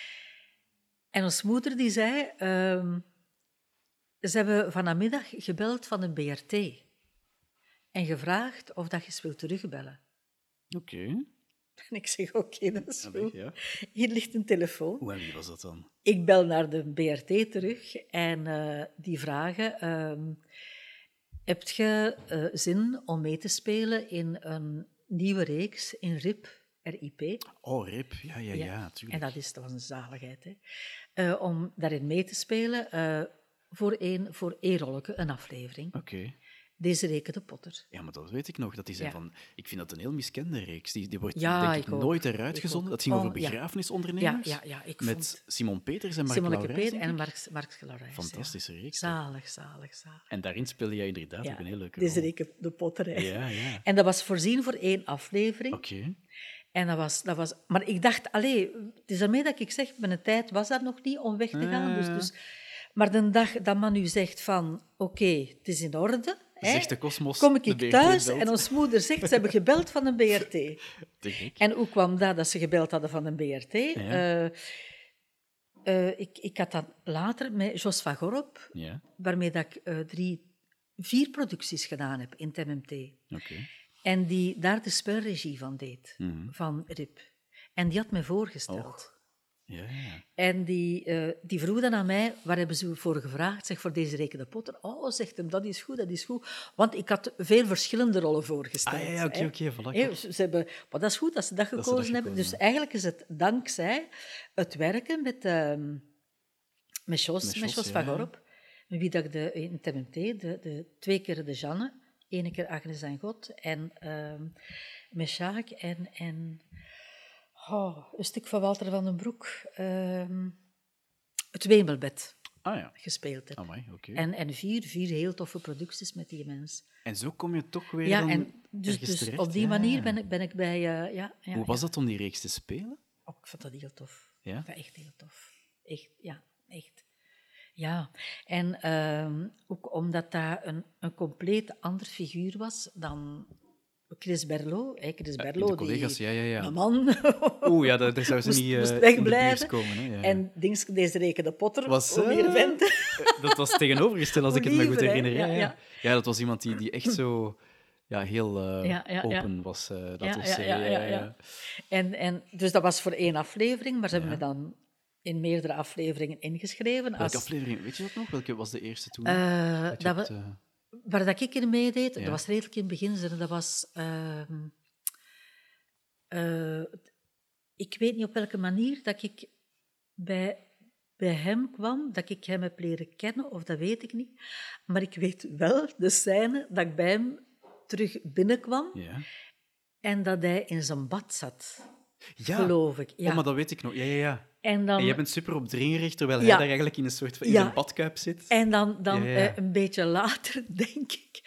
En ons moeder die zei, uh, ze hebben vanmiddag gebeld van een B R T en gevraagd of dat je eens wilt terugbellen. Oké. Okay. En ik zeg, oké, okay, dat is goed. Ja. Hier ligt een telefoon. Hoe en wie was dat dan? Ik bel naar de B R T terug en uh, die vragen... Uh, heb je uh, zin om mee te spelen in een nieuwe reeks in R I P, R I P? Oh, R I P, ja, ja, ja, ja, tuurlijk. En dat, is, dat was een zaligheid, hè. Uh, om daarin mee te spelen uh, voor één voor E-rolleke, een aflevering. Oké. Okay. Desiree de Potter. Ja, maar dat weet ik nog. Dat die zijn ja. van, ik vind dat een heel miskende reeks. Die, die wordt ja, denk ik, ik nooit eruit gezonden. Dat ging oh, over begrafenisondernemers. Ja, ja, ja, ik met vond... Simon Peters en Mark Simon Laurens. en Mark, Mark Laurens. Fantastische ja. reeks. Zalig, zalig, zalig. En daarin speelde jij inderdaad ja, ook een heel leuke rol. Desiree de Potter. Hè. Ja, ja. En dat was voorzien voor één aflevering. Oké. Okay. En dat was, dat was... Maar ik dacht, allee, het is ermee dat ik zeg, mijn tijd was dat nog niet om weg te gaan. Uh. Dus, dus, maar de dag dat Manu zegt van, oké, okay, het is in orde... Zegt de kosmos, kom ik ik thuis en ons moeder zegt, ze hebben gebeld van een B R T. En hoe kwam dat, dat ze gebeld hadden van een B R T? Ja. Uh, uh, ik, ik had dan later met Jos van Gorp, ja. waarmee dat ik uh, drie, vier producties gedaan heb in het M M T. Okay. En die daar de spelregie van deed, mm-hmm. van R I P. En die had mij voorgesteld. Och. Ja, ja. En die, uh, die vroeg dan aan mij, waar hebben ze voor gevraagd? Zeg, voor Desiree de Potter. Oh, zegt hem, dat is goed, dat is goed. Want ik had veel verschillende rollen voorgesteld. Ah, ja, oké, oké, voilà. Hey, ze hebben, maar dat is goed dat ze dat gekozen dat ze dat hebben. Gekozen, dus eigenlijk is het dankzij het werken met, uh, met Jos, met Jos, met Jos ja. van Gorp, met wie dat ik de, in het M M T, de, de, twee keer de Jeanne, één keer Agnes en God, en uh, met Jacques en... en Oh, een stuk van Walter van den Broek. Uh, het Wemelbed ah, ja. gespeeld heb. Amai, okay. en, en vier, vier heel toffe producties met die mens. En zo kom je toch weer ja, dan en dus, dus terecht. op die ja. manier ben ik, ben ik bij... Uh, ja, ja, Hoe was ja. dat om die reeks te spelen? Oh, ik vond dat heel tof. Ja? Ik vond dat echt heel tof. Echt, ja, echt. Ja, en ehm, ook omdat dat een, een compleet ander figuur was dan Chris Berlo. Hè. Chris Berlo, de collega's, die, ja, ja, ja. een man, Oeh, ja, daar, daar zou ze moest, niet uh, moest in de buurt wegblijven. komen. Hè? Ja, ja. En Dings, deze Reken de Potter, Was, hoe meer uh, vent. Dat was tegenovergesteld, als ik het me goed Liever, hè. herinner. Ja, Ja, ja. ja. ja, dat was iemand die, die echt zo ja, heel uh, Ja, ja, ja. open was. Uh, dat Ja, was ja, zij, ja, ja, ja, ja. ja. En, en, dus dat was voor één aflevering, maar ze hebben Ja. me dan in meerdere afleveringen ingeschreven. Welke Als, aflevering, weet je dat nog? Welke was de eerste toen? uh, dat je dat hebt, we, uh... waar dat ik in meedeed, Ja. dat was redelijk in het begin, dat was... Uh, uh, ik weet niet op welke manier dat ik bij, bij hem kwam, dat ik hem heb leren kennen, of dat weet ik niet. Maar ik weet wel de scène dat ik bij hem terug binnenkwam Ja. en dat hij in zijn bad zat. Ja. Geloof ik. Ja. Oh, maar dat weet ik nog. Ja, ja, ja. En, dan, en jij bent super opdringerig, terwijl ja. hij daar eigenlijk in een soort van in ja. zijn badkuip zit. En dan, dan ja, ja. Uh, een beetje later, denk ik,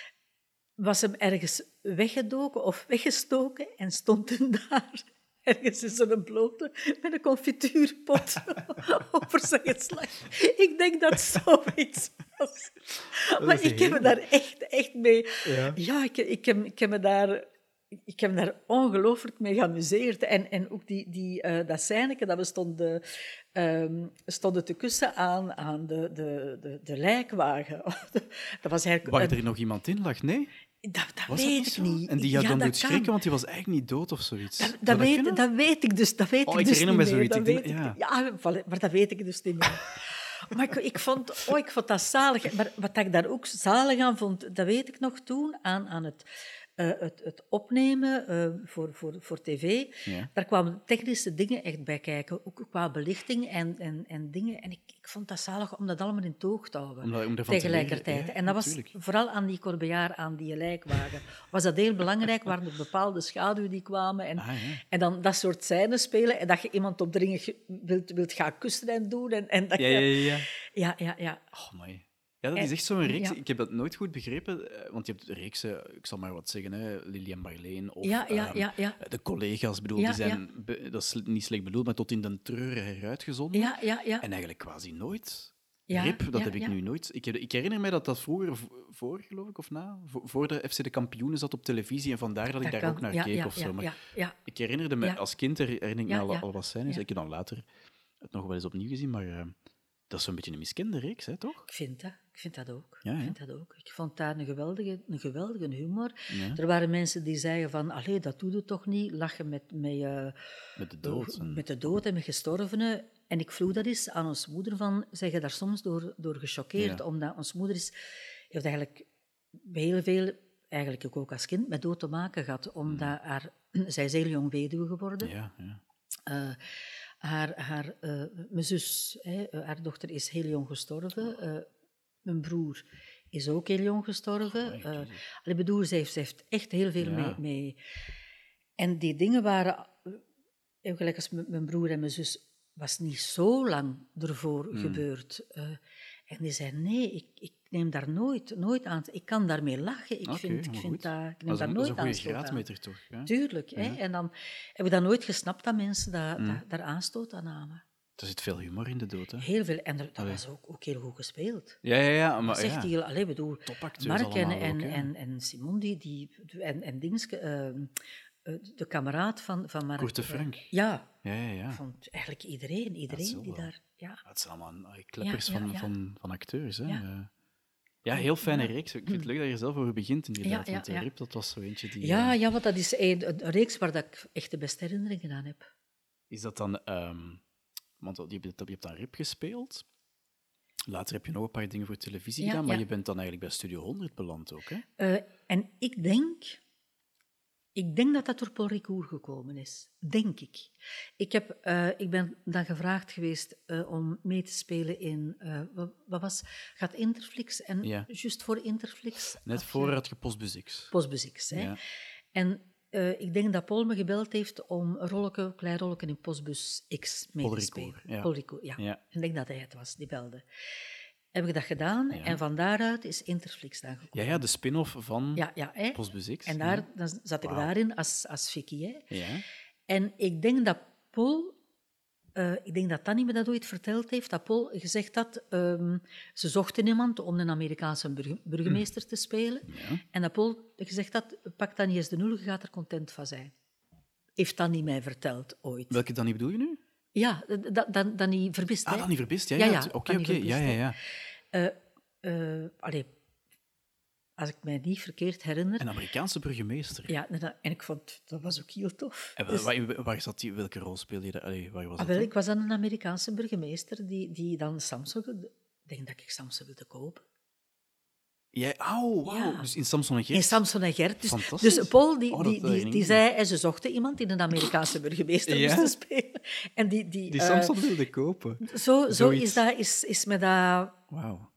was hem ergens weggedoken of weggestoken en stond hem daar ergens in zijn blote met een confituurpot over zijn geslacht. Ik denk dat zoiets was. Dat maar ik heb me daar echt, echt mee... Ja, ja ik, ik, heb, ik heb me daar... Ik heb me daar ongelooflijk mee geamuseerd. En, en ook die, die, uh, dat scèneke dat we stonden, um, stonden te kussen aan, aan de, de, de, de lijkwagen. Dat was eigenlijk... Waar er nog iemand in lag? Nee? Dat, dat was weet dat ik zo? niet. En die had ja, dan dat doet schrikken, kan. want die was eigenlijk niet dood of zoiets. Dat, dat, dat, weet, dat weet ik dus, dat weet oh, ik ik dus herinner niet me meer. zoiets. Dat Ik weet denk, ik, ja. ja, maar dat weet ik dus niet meer. Maar ik, ik, vond, oh, ik vond dat zalig. Maar wat ik daar ook zalig aan vond, dat weet ik nog toen, aan, aan het, uh, het, het opnemen uh, voor, voor, voor tv. Ja. Daar kwamen technische dingen echt bij kijken, ook qua belichting en, en, en dingen. En ik, ik vond dat zalig om dat allemaal in toog te houden, om, om tegelijkertijd. Te ja, en dat natuurlijk. was vooral aan die Corbejaar, aan die lijkwagen, was dat heel belangrijk, waren er bepaalde schaduwen die kwamen. En, ah, ja. en dan dat soort scènes spelen, en dat je iemand opdringend wilt, wilt gaan kussen en doen. En, en dat Ja, je, ja, ja. ja, ja, ja. Oh, my. Ja, dat En, is echt zo'n reeks. ja. Ik heb dat nooit goed begrepen, want je hebt reeksen, ik zal maar wat zeggen, hè, Lilian Marleen of Ja, ja, um, ja, ja. de collega's, bedoel, Ja, die zijn, ja. be, dat is niet slecht bedoeld, maar tot in den treuren heruitgezonden. Ja, ja, ja. En eigenlijk quasi nooit. Ja, Rip, dat ja, heb ik ja. nu nooit. Ik, heb, ik herinner mij dat dat vroeger, voor geloof ik, of na, voor, voor de F C de Kampioenen zat op televisie en vandaar dat, Dat ik daar kan. ook naar ja, keek ja, of zo. ja, Maar ja, ja. ik herinnerde me, Ja. als kind herinner ik me Ja, al, ja. al wat scènes. Ja. Ik heb dan later het nog wel eens opnieuw gezien, maar uh, dat is zo'n beetje een miskende reeks, hè, toch? Ik vind dat. Ik vind dat ook. Ja, ja. Ik vind dat ook. Ik vond daar een geweldige, een geweldige humor. Ja. Er waren mensen die zeiden van, allee, dat doe je toch niet, lachen met, met, uh, Met de dood. En... met de dood en met gestorvenen. En ik vroeg dat eens aan ons moeder van, zeg je daar soms door, door gechoqueerd, Ja. omdat ons moeder is, heeft eigenlijk heel veel, eigenlijk ook als kind, met dood te maken gehad, omdat haar, zij is heel jong weduwe geworden. Ja, ja. Uh, haar, haar, uh, mijn zus, hè, uh, haar dochter is heel jong gestorven. Uh, mijn broer is ook heel jong gestorven. Oh, uh, ik bedoel, ze heeft, ze heeft echt heel veel ja. mee, mee. En die dingen waren, uh, gelijk als mijn broer en mijn zus, was niet zo lang ervoor mm. gebeurd. Uh, en die zei, nee, ik, ik neem daar nooit, nooit aan. Ik kan daarmee lachen. Ik, okay, vind, ik, vind dat, ik neem dat daar een, nooit aan. Dat is een goede graadmeter, toch? Ja? Tuurlijk. Ja. Hè? En dan hebben we dat nooit gesnapt dat mensen dat, mm. dat, daar aanstoot aan namen. Er zit veel humor in de dood, hè? Heel veel. En er, dat allee. was ook, ook heel goed gespeeld. Ja, ja, ja. Maar, dat is echt ja. heel... Allee, bedoel, topacteurs Mark en, en, ook, en, en Simon, die... die en, en Dingske, uh, de kameraad van, van Mark... Koert de Frank. Uh, ja. Ja, ja, ja. Vond eigenlijk iedereen, iedereen die daar... Ja. Het zijn allemaal kleppers ja, ja, van, ja. Van, van acteurs, hè? Ja. Uh, ja, heel fijne ja. reeks. Ik vind het leuk dat je er zelf over begint, inderdaad. Ja, ja, want de ja. Rip, dat was zo eentje die... Ja, uh, ja, want dat is een, een reeks waar dat ik echt de beste herinneringen aan heb. Is dat dan... Um, want je hebt, je hebt dan Rip gespeeld. Later heb je nog een paar dingen voor televisie ja, gedaan, maar ja. je bent dan eigenlijk bij Studio honderd beland ook, hè? Uh, en ik denk... Ik denk dat dat door Paul Ricoeur gekomen is. Denk ik. Ik, heb, uh, ik ben dan gevraagd geweest uh, om mee te spelen in... Uh, wat, wat was... Gaat Interflix? En ja. juist voor Interflix... Net voor had je Postbus X. Postbus X, hè. Ja. En uh, ik denk dat Paul me gebeld heeft om een rolletje, een klein rolletje in Postbus X mee Paul te Ricoeur, spelen. ja. Paul Ricoeur, ja. ja. Ik denk dat hij het was, die belde. Heb ik dat gedaan ja. en van daaruit is Interflix dan gekomen. Ja, ja, de spin-off van ja, ja, hè? Postbus X. En daar ja. dan zat ik wow. daarin als, als Vicky. Hè? Ja. En ik denk dat Paul uh, ik denk dat Danny me dat ooit verteld heeft, dat Paul gezegd had, um, ze zochten iemand om een Amerikaanse burg- burgemeester mm. te spelen. Ja. En dat Paul gezegd had, pak Danny eens de nul, je gaat er content van zijn. Heeft Danny mij verteld ooit. Welke Danny bedoel je nu? Ja, da, da, Danny Verbist. Ah, hè? Danny Verbist, ja. ja, ja. ja Oké, oké, okay, ja, ja, ja. Uh, uh, allee, als ik mij niet verkeerd herinner... Een Amerikaanse burgemeester. Ja, en ik vond, dat was ook heel tof. En dus, waar, waar zat die, welke rol speelde je? Dat? Allee, waar was ah, wel, ik was dan een Amerikaanse burgemeester die, die dan Samsung... Ik denk dat ik Samsung wilde kopen. Ja, oh, wow. Ja. Dus in Samson en Gert? In Samson en Gert. Dus, Fantastisch. Dus Paul die, oh, die, die, die zei... En ze zochten iemand die een Amerikaanse burgemeester ja? moest spelen. En die, die, die uh, Samson wilde kopen. Zo, zo is, dat, is, is me dat... Wauw.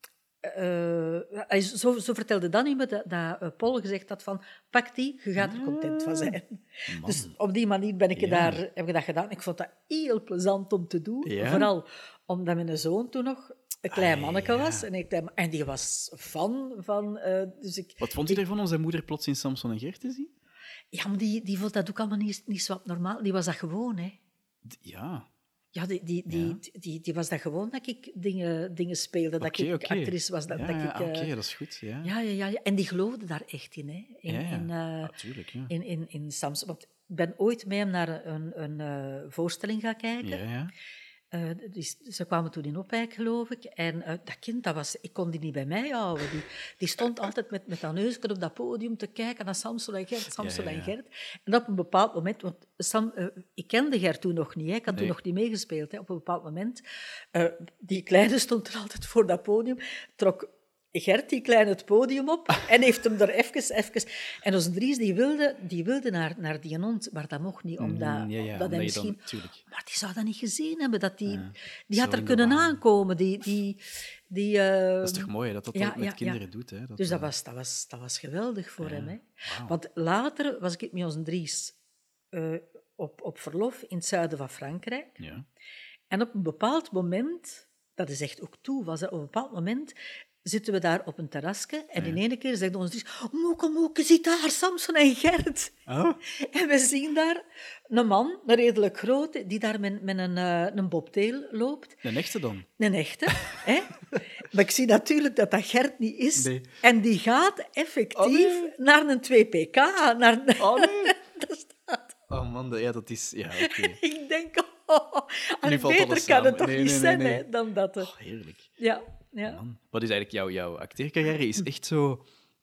Uh, zo, zo vertelde Danny me dat, dat uh, Paul gezegd had van pak die, je gaat er content van zijn. Man. Dus op die manier ben ik ja. daar, heb ik dat gedaan. Ik vond dat heel plezant om te doen. Ja. Vooral omdat mijn zoon toen nog een klein ah, manneke ja. was. En, ik, en die was fan van... Uh, dus ik, Wat vond je ik, ervan om zijn moeder plots in Samson en Gert te zien? Ja, maar die, die vond dat ook allemaal niet, niet zo normaal. Die was dat gewoon, hè. Ja... Ja, die, die, die, ja. Die, die, die was dat gewoon dat ik dingen, dingen speelde, dat okay, ik okay. actrice was. Dat, ja, dat ja, ik, uh, Oké, okay, dat is goed. Ja. Ja, ja, ja, ja. En die geloofde daar echt in. Hè. In, ja, ja. in, uh, Natuurlijk, ja. in, in, in Samson. Want ik ben ooit met hem naar een, een uh, voorstelling gaan kijken. Ja, ja. Uh, die, ze kwamen toen in Opwijk, geloof ik. En uh, dat kind, dat was, ik kon die niet bij mij houden. Die, die stond altijd met, met dat neusje op dat podium te kijken naar Samson en Gert, Samson ja, ja, ja. en Gert. En op een bepaald moment, want Sam, uh, ik kende Gert toen nog niet, hè, ik had nee. toen nog niet meegespeeld. Hè. Op een bepaald moment, uh, die kleine stond er altijd voor dat podium, trok Gert, die klein, het podium op en heeft hem er even... even en onze Dries, die wilde, die wilde naar, naar die hond, maar dat mocht niet, omdat, mm, ja, ja, omdat hij misschien... Dan, maar die zou dat niet gezien hebben. Dat die ja, die had er kunnen aankomen. Die, die, die, uh, dat is toch mooi, dat dat ja, met ja, kinderen ja. doet. Hè? Dat, dus dat was, dat, was, dat was geweldig voor ja, hem. Hè? Wow. Want later was ik met onze Dries uh, op, op verlof in het zuiden van Frankrijk. Ja. En op een bepaald moment, dat is echt ook toe, was op een bepaald moment... zitten we daar op een terrasje en ja. in ene keer zegt ons Dries, Moeke, Moeke, zit daar Samson en Gert. Oh. En we zien daar een man, een redelijk grote, die daar met, met een, uh, een bobtail loopt. Een echte dan? Een echte, hè. Maar ik zie natuurlijk dat dat Gert niet is. Nee. En die gaat effectief oh, nee. naar een twee P K. Naar... Oh nee. Dat staat. Oh man, ja, dat is... Ja, oké. Okay. Ik denk, oh, beter kan het toch nee, niet nee, zijn nee, nee. Hè, dan dat. Oh, heerlijk. Ja. Ja. Man, wat is eigenlijk jouw, jouw acteercarrière? Is echt zo...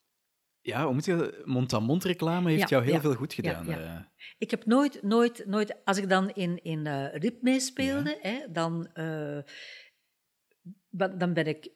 Ja, hoe moet je... Mond-aan-mond reclame heeft ja, jou heel ja, veel goed gedaan. Ja, ja. Ik heb nooit, nooit, nooit... Als ik dan in, in uh, R I P meespeelde, ja. hè, dan, uh, dan ben ik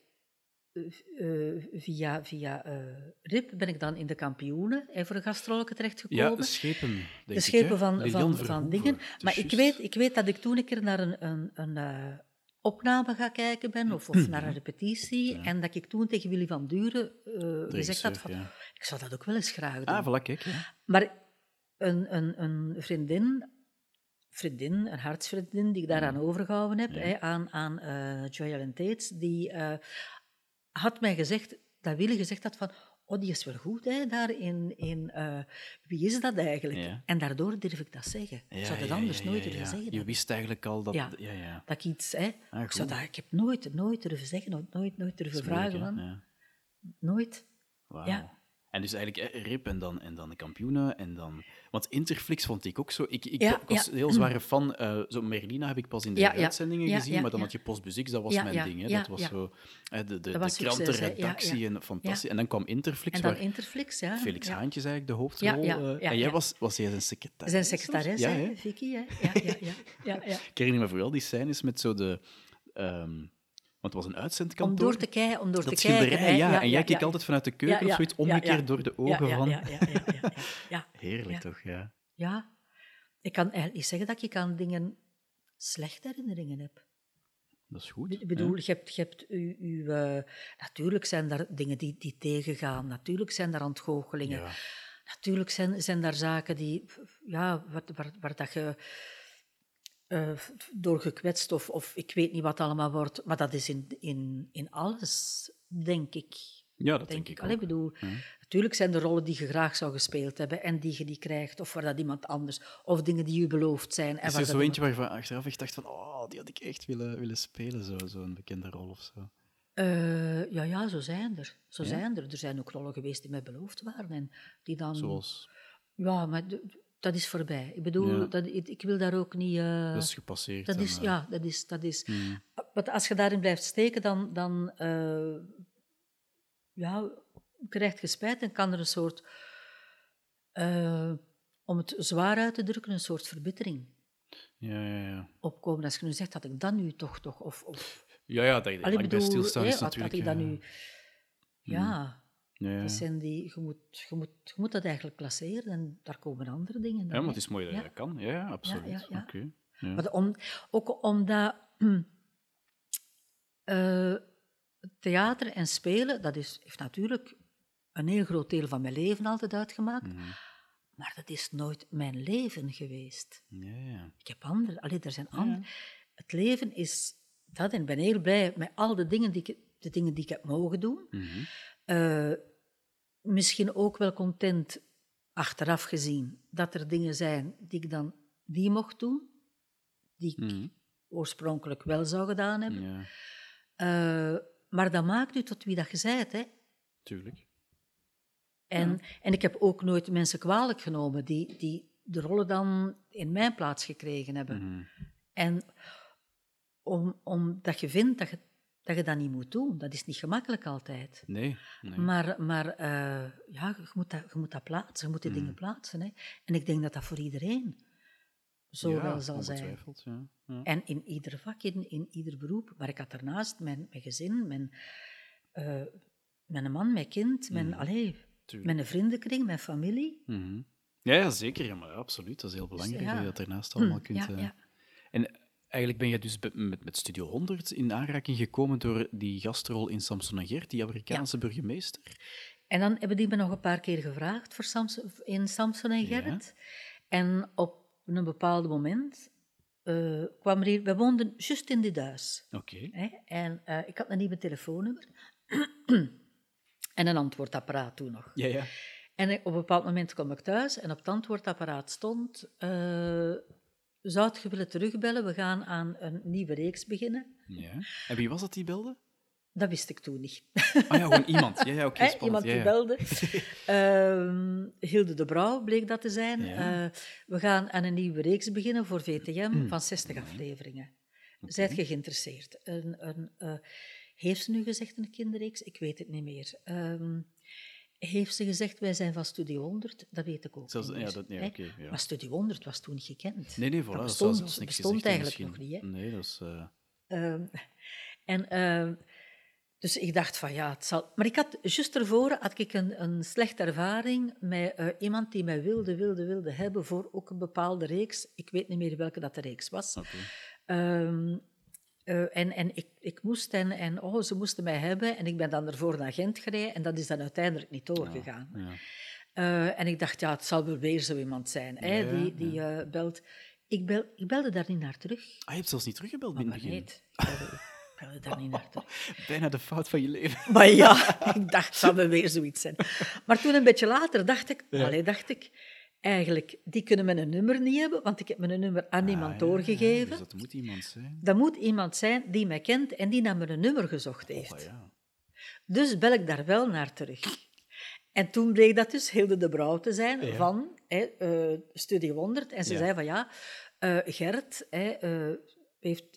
uh, via, via uh, R I P ben ik dan in de kampioenen hè, voor een gastrolke terechtgekomen. Ja, de schepen, denk De schepen ik, van, van, van dingen. Maar ik weet, ik weet dat ik toen een keer naar een... een, een uh, opname ga kijken ben, of, of naar een repetitie, ja. en dat ik toen tegen Willy van Duren uh, gezegd had van, ja. ik zou dat ook wel eens graag doen. Ah, voilà, kijk. Ja. Maar een, een, een vriendin, vriendin, een hartsvriendin, die ik daaraan ja. overgehouden heb, ja. hè, aan, aan uh, Joy Ellen Tates, die uh, had mij gezegd, dat Willy gezegd had van, oh, die is wel goed, hè, daar in... in uh, wie is dat eigenlijk? Ja. En daardoor durf ik dat zeggen. Ja, ik zou dat ja, anders ja, ja, nooit ja, durven ja. zeggen. Je wist eigenlijk al dat... Ja, ja, ja. dat ik iets... Hè, ah, ik, zou dat, ik heb nooit, nooit durven zeggen, nooit, nooit durven vragen. Man. Ja. Nooit. Wow. Ja. En dus eigenlijk eh, R I P en dan, en dan de kampioenen en dan... Want Interflix vond ik ook zo... Ik, ik ja, was ja. een heel zware fan. Uh, zo Merlina heb ik pas in de ja, uitzendingen ja, gezien, ja, maar dan ja. had je Postbus, dat was ja, mijn ja, ding. Hè. Ja, dat was ja. zo... Uh, de de, dat was de krantenredactie ja, ja. en fantastisch. Ja. En dan kwam Interflix, en dan waar Interflix, ja. Felix ja. Haantjes eigenlijk de hoofdrol... Ja, ja, ja, uh, en jij ja. was, was jij zijn secretaris? Zijn secretaris, ja, hè, Vicky. Hè. Ja, ja, ja, ja, ja. Ik herinner me vooral die scènes met zo de... Um, want het was een uitzendkantoor. Om door te, kei- om door dat te kijken. schilderij, ja. ja. En jij ja, keek ja. altijd vanuit de keuken ja, of zoiets, omgekeerd ja, ja. door de ogen ja, ja, van... Ja, ja, ja, ja, ja, ja. Heerlijk ja. toch, ja. Ja. Ik kan eigenlijk niet zeggen dat ik aan dingen slechte herinneringen heb. Dat is goed. Ik bedoel, ja. je hebt... Je hebt u, u, uh, natuurlijk zijn er dingen die, die tegengaan. Natuurlijk zijn er ontgoochelingen. Ja. Natuurlijk zijn, zijn er zaken die... Ja, waar, waar, waar dat je... Uh, door gekwetst of, of ik weet niet wat allemaal wordt. Maar dat is in, in, in alles, denk ik. Ja, dat denk, denk ik Allee, ook. bedoel, ja. Tuurlijk zijn er rollen die je graag zou gespeeld hebben en die je niet krijgt, of waar dat iemand anders, of dingen die je beloofd zijn. En Is waar er dat zo iemand- eentje waarvan achteraf ik dacht van, oh, die had ik echt willen, willen spelen, zo, zo'n bekende rol of zo. Eh, ja, ja, zo zijn er. Zo Ja? zijn er. Er zijn ook rollen geweest die mij beloofd waren en die dan... Zoals, Ja, maar d- dat is voorbij. Ik bedoel, Ja. dat, ik, ik wil daar ook niet... eh, dat is gepasseerd. dat en, is, eh, ja, dat is... Dat is hmm. Want als je daarin blijft steken, dan, dan eh, ja, krijg je spijt en kan er een soort, eh, om het zwaar uit te drukken, een soort verbittering Ja, ja, ja. opkomen. Als je nu zegt, dat ik dat nu toch, toch of... of Ja, ja, dat je er Allee, lang bij bedoel, stilstaan hè, is had, had natuurlijk... ik dat eh, nu... Ja, ja, ja. dat zijn die, je, moet, je, moet, je moet dat eigenlijk placeren en daar komen andere dingen Ja, dan, maar het hè. is mooi dat Ja. je dat kan. Ja, ja, absoluut. ja, ja. Oké. Ja. Maar om, ook omdat eh, theater en spelen, dat is, heeft natuurlijk een heel groot deel van mijn leven altijd uitgemaakt, Mhm. maar dat is nooit mijn leven geweest. Ja, ja. Ik heb andere, allee, er zijn andere. Het leven is dat en ik ben heel blij met al de dingen die ik, de dingen die ik heb mogen doen. Mhm. Eh, misschien ook wel content, achteraf gezien, dat er dingen zijn die ik dan die mocht doen, die ik Mhm. oorspronkelijk wel zou gedaan hebben. Ja, Eh, maar dat maakt u tot wie dat je bent, hè. tuurlijk. En, en ik heb ook nooit mensen kwalijk genomen die, die de rollen dan in mijn plaats gekregen hebben. Mhm. En om, omdat je vindt dat je, dat je dat niet moet doen, dat is niet gemakkelijk altijd. Nee, nee. Maar, maar eh, ja, je moet, dat, je moet dat plaatsen, je moet die Mhm. dingen plaatsen. Hè. En ik denk dat dat voor iedereen zo ja, wel zal zijn. ongetwijfeld, ja. Ja. En in ieder vak, in, in ieder beroep. Maar ik had daarnaast mijn, mijn gezin, mijn, eh, mijn man, mijn kind, mijn, Mhm. allee, Tuurlijk. mijn vriendenkring, mijn familie. Mhm. Ja, ja, zeker. Ja, maar absoluut. Dat is heel belangrijk ja. dat je dat daarnaast allemaal Hm, kunt... ja, eh, ja. En eigenlijk ben je dus be- met, met Studio honderd in aanraking gekomen door die gastrol in Samson en Gert, die Amerikaanse burgemeester. En dan hebben die me nog een paar keer gevraagd voor Samson, in Samson en Ja. Gerrit. En op een bepaald moment eh, kwam er hier... We woonden juist in dit huis. Oké. Hè? En eh, ik had een nieuwe telefoonnummer. en een antwoordapparaat toen nog. Ja, ja. En op een bepaald moment kwam ik thuis en op het antwoordapparaat stond... eh, zou je willen terugbellen? We gaan aan een nieuwe reeks beginnen. ja. En wie was dat die belde? Dat wist ik toen niet. Ah ja, gewoon iemand. Ja, ja, oké, Hè, spannend. iemand ja, die ja. belde. Ehm, Hilde de Brouw bleek dat te zijn. Ja. Eh, we gaan aan een nieuwe reeks beginnen voor V T M Hmm. van zestig afleveringen. Zijt je geïnteresseerd? Een, een, eh, heeft ze nu gezegd een kinderreeks? Ik weet het niet meer. Ehm, heeft ze gezegd, wij zijn van Studio honderd? Dat weet ik ook Zelfs- niet ja, meer, dat- ja, hè. oké, ja. Maar Studio honderd was toen niet gekend. Nee, nee, voilà. dat Dat bestond, zou zelfs niks bestond gezegd eigenlijk hebben nog niet. Hè. misschien. Nee, dat is... eh, Ehm, en, ehm, dus ik dacht van ja, het zal... Maar ik had, juist ervoor had ik een, een slechte ervaring met eh, iemand die mij wilde, wilde, wilde hebben voor ook een bepaalde reeks. Ik weet niet meer welke dat de reeks was. Oké. Ehm, eh, en en ik, ik moest en, en oh, ze moesten mij hebben. En ik ben dan ervoor naar Gent gereden en dat is dan uiteindelijk niet doorgegaan. Ja. Eh, en ik dacht, ja, het zal wel weer zo iemand zijn hè, Ja, die, die eh, belt. Ik, bel, ik belde daar niet naar terug. Ah, je hebt zelfs niet teruggebeld Maar, in het maar begin. niet. Ik belde, ik belde daar niet naar terug. Bijna de fout van je leven. Maar ja, ik dacht, het zal wel weer zoiets zijn. Maar toen een beetje later dacht ik, Ja. allee, dacht ik, eigenlijk, die kunnen mijn nummer niet hebben, want ik heb mijn nummer aan niemand Ah, ja, doorgegeven. Dus dat moet iemand zijn. Dat moet iemand zijn die mij kent en die naar mijn nummer gezocht heeft. Oh, ja. Dus bel ik daar wel naar terug. En toen bleek dat dus Hilde de Brouw te zijn Ja. van hè, eh, Studio honderd. En ze Ja. zei van ja, eh, Gert hè, eh, heeft,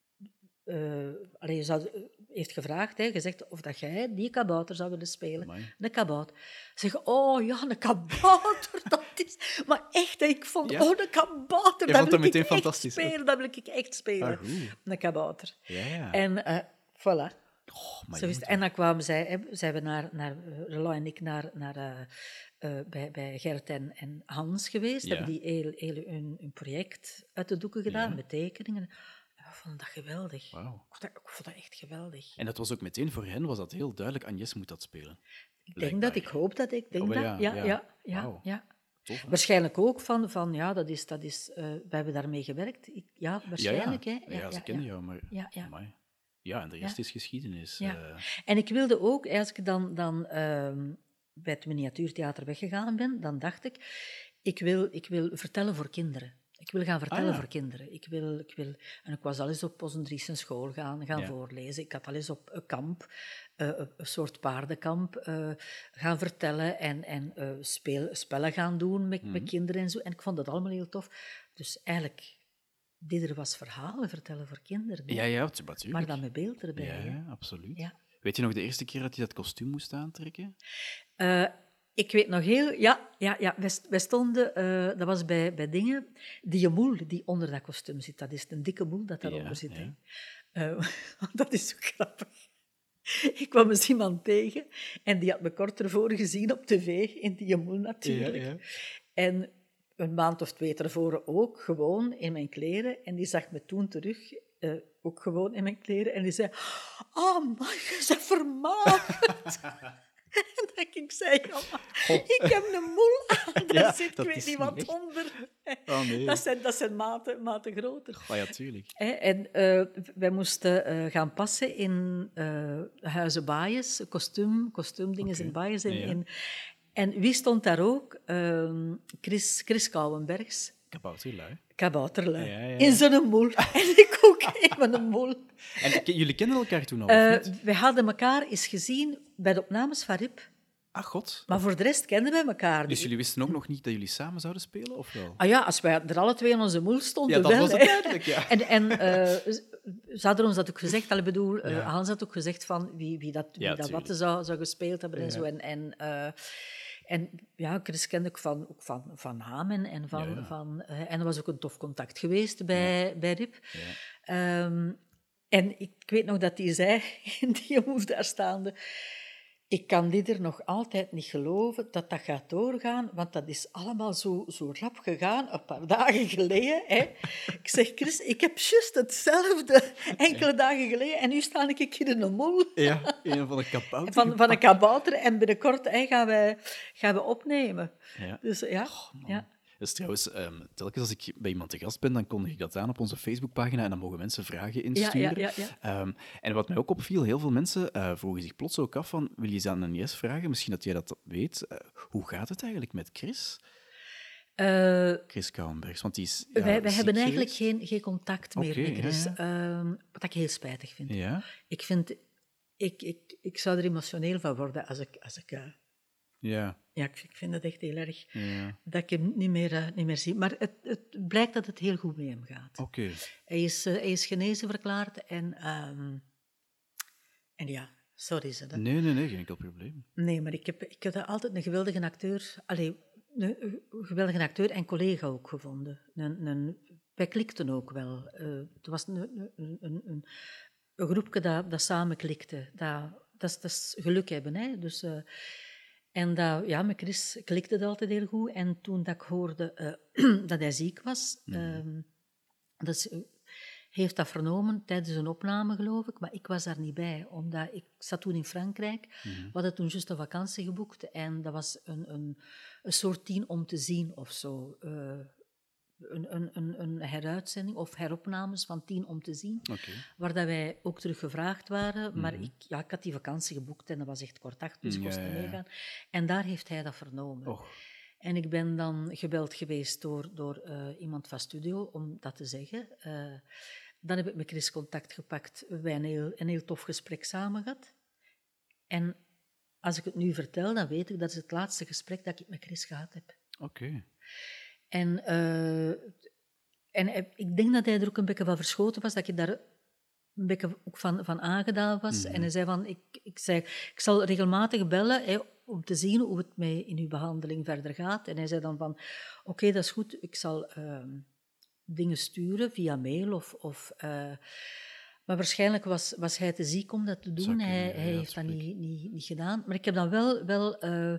eh, allee, zou, heeft gevraagd, hè, gezegd of dat jij die kabouter zou willen spelen. Amai. Een kabouter. Zeg, oh ja, een kabouter, dat is... Maar echt, hè, ik vond, Ja? oh, een kabouter, Je dat vond wil dat ik meteen echt fantastisch, hè? spelen, dat wil ik echt spelen. Ah, goed. Een kabouter. Ja, ja. En eh, voilà. Oh, maar Zo is je het. moet- En dan kwamen zij, hè, zijn we naar, naar eh, Roland en ik naar, naar, eh, eh, bij, bij Gert en, en Hans geweest. Ja. Hebben die heel, heel hun, hun project uit de doeken gedaan, Ja. met tekeningen. En we vonden dat geweldig. Wauw. Ik vond dat, ik vond dat echt geweldig. En dat was ook meteen voor hen, was dat heel duidelijk, Agnes moet dat spelen. Ik denk Blijkbaar. dat, ik hoop dat, ik denk Oh, dat. ja, Ja, ja. ja, ja, Wauw. ja. Tof, hè? Waarschijnlijk ook van, van ja, dat is, dat is, eh, we hebben daarmee gewerkt. Ik, ja, waarschijnlijk. ja, ja. Hè. Ja, ze kennen jou, maar... Ja, ja. Amai. Ja, en de rest Ja. is geschiedenis. Ja. eh. En ik wilde ook, als ik dan, dan ehm, bij het miniatuurtheater weggegaan ben, dan dacht ik, ik wil, ik wil vertellen voor kinderen. Ik wil gaan vertellen ah, ja. voor kinderen. Ik wil, ik wil, en ik was al eens op Possendriesen school gaan, gaan ja. voorlezen. Ik had al eens op een kamp, uh, een soort paardenkamp, uh, gaan vertellen en, en uh, speel, spellen gaan doen met, mm-hmm. met kinderen en zo. En ik vond dat allemaal heel tof. Dus eigenlijk, dit er was verhalen vertellen voor kinderen. Ja, ja, natuurlijk. Maar dan met beeld erbij. Ja, ja. absoluut. Ja. Weet je nog de eerste keer dat je dat kostuum moest aantrekken? Uh, Ik weet nog heel... Ja, ja, ja wij, wij stonden... Uh, dat was bij, bij dingen... Die moel die onder dat kostuum zit, dat is een dikke moel dat daaronder ja, zit. Ja. Uh, dat is zo grappig. Ik kwam eens iemand tegen en die had me kort ervoor gezien op tv, in die moel natuurlijk. Ja, ja. En een maand of twee ervoor ook, gewoon in mijn kleren. En die zag me toen terug... Uh, ook gewoon in mijn kleren. En die zei... Oh, man, je bent vermagerd. En dat ik zei, ja, ik heb een moel aan, daar ja, zit ik weet niet wat echt onder. Oh, nee. Dat zijn, dat zijn maten, maten groter. Oh, ja, tuurlijk. En uh, wij moesten uh, gaan passen in uh, Huizen Baaijes, kostuum, kostuumdingen okay. in Baaijes. En, ja. in, en wie stond daar ook? Uh, Chris, Chris Kouwenbergs. Kabouterlui. Kabouterlui. Ja, ja, ja. In zo'n moel. En ik ook in mijn moel. En jullie kenden elkaar toen al, uh, of niet? Wij hadden elkaar eens gezien bij de opnames van Rip. Ah, god. Maar voor de rest kenden wij elkaar. Dus jullie wisten ook nog niet dat jullie samen zouden spelen, of wel? Ah ja, als wij er alle twee in onze moel stonden, ja, dat wel. was het duidelijk, ja. En, en uh, ze hadden ons dat ook gezegd. Ik bedoel, uh, ja. Hans had ook gezegd van wie, wie dat, wie ja, dat wat zou, zou gespeeld hebben en ja. zo. En... en uh, En ja, Chris kende ik van, ook van, van naam en, en, van, ja, ja. van, uh, en er was ook een tof contact geweest bij, ja. bij Rip. Ja. Um, en ik weet nog dat hij zei, in die moest daar staande, ik kan dit er nog altijd niet geloven dat dat gaat doorgaan, want dat is allemaal zo, zo rap gegaan, een paar dagen geleden. Hè. Ik zeg, Chris, ik heb juist hetzelfde enkele ja. dagen geleden en nu sta ik hier in een mol. Ja, een van een kabouter. Van, van een kabouter en binnenkort hè, gaan, wij, gaan we opnemen. Ja. Dus ja, oh, ja. Dus trouwens, um, telkens als ik bij iemand te gast ben, dan kondig ik dat aan op onze Facebookpagina en dan mogen mensen vragen insturen. Ja, ja, ja, ja. Um, en wat mij ook opviel, heel veel mensen uh, vroegen zich plots ook af van, wil je ze aan een yes vragen? Misschien dat jij dat weet. Uh, hoe gaat het eigenlijk met Chris? Uh, Chris Kouwenbergs, want die is ja, Wij, wij hebben eigenlijk geen, geen contact meer okay, met Chris, ja, ja. Um, wat ik heel spijtig vind. Ja? Ik vind... Ik, ik, ik zou er emotioneel van worden als ik... Als ik uh, ja. Ja, ik, ik vind het echt heel erg ja. dat ik hem niet meer, uh, niet meer zie. Maar het, het blijkt dat het heel goed met hem gaat. Oké. Okay. Hij, uh, hij is genezen verklaard en... Um, en ja, sorry ze. Nee, nee, nee, geen enkel probleem. Nee, maar ik heb, ik heb altijd een geweldige acteur... Allee, een geweldige acteur en collega ook gevonden. Een, een, wij klikten ook wel. Uh, het was een, een, een, een, een groepje dat, dat samen klikte. Dat, dat, is, dat is geluk hebben, hè. Dus... Uh, En dat, ja, met Chris klikte het altijd heel goed. En toen dat ik hoorde uh, dat hij ziek was, mm. um, dus, uh, heeft dat vernomen tijdens een opname, geloof ik. Maar ik was daar niet bij, omdat ik zat toen in Frankrijk. Mm. We hadden toen juist een vakantie geboekt. En dat was een, een, een soort tien om te zien of zo. Uh, Een, een, een heruitzending of heropnames van tien om te zien, okay. waar dat wij ook terug gevraagd waren. Mm-hmm. Maar ik, ja, ik had die vakantie geboekt en dat was echt kort acht, dus ik moest ja, niet ja. meegaan. En daar heeft hij dat vernomen. Oh. En ik ben dan gebeld geweest door, door uh, iemand van studio om dat te zeggen. Uh, dan heb ik met Chris contact gepakt. We hebben een heel, een heel tof gesprek samen gehad. En als ik het nu vertel, dan weet ik dat is het laatste gesprek dat ik met Chris gehad heb. Oké. Okay. En, uh, en ik denk dat hij er ook een beetje van verschoten was, dat je daar een beetje ook van, van aangedaan was. Mm-hmm. En hij zei van, ik, ik, zei, ik zal regelmatig bellen hè, om te zien hoe het mij in uw behandeling verder gaat. En hij zei dan van, oké, okay, dat is goed, ik zal uh, dingen sturen via mail of... of uh, maar waarschijnlijk was, was hij te ziek om dat te doen. Zakken, hij, hij ja, heeft dat niet, niet, niet gedaan. Maar ik heb dan wel... wel uh,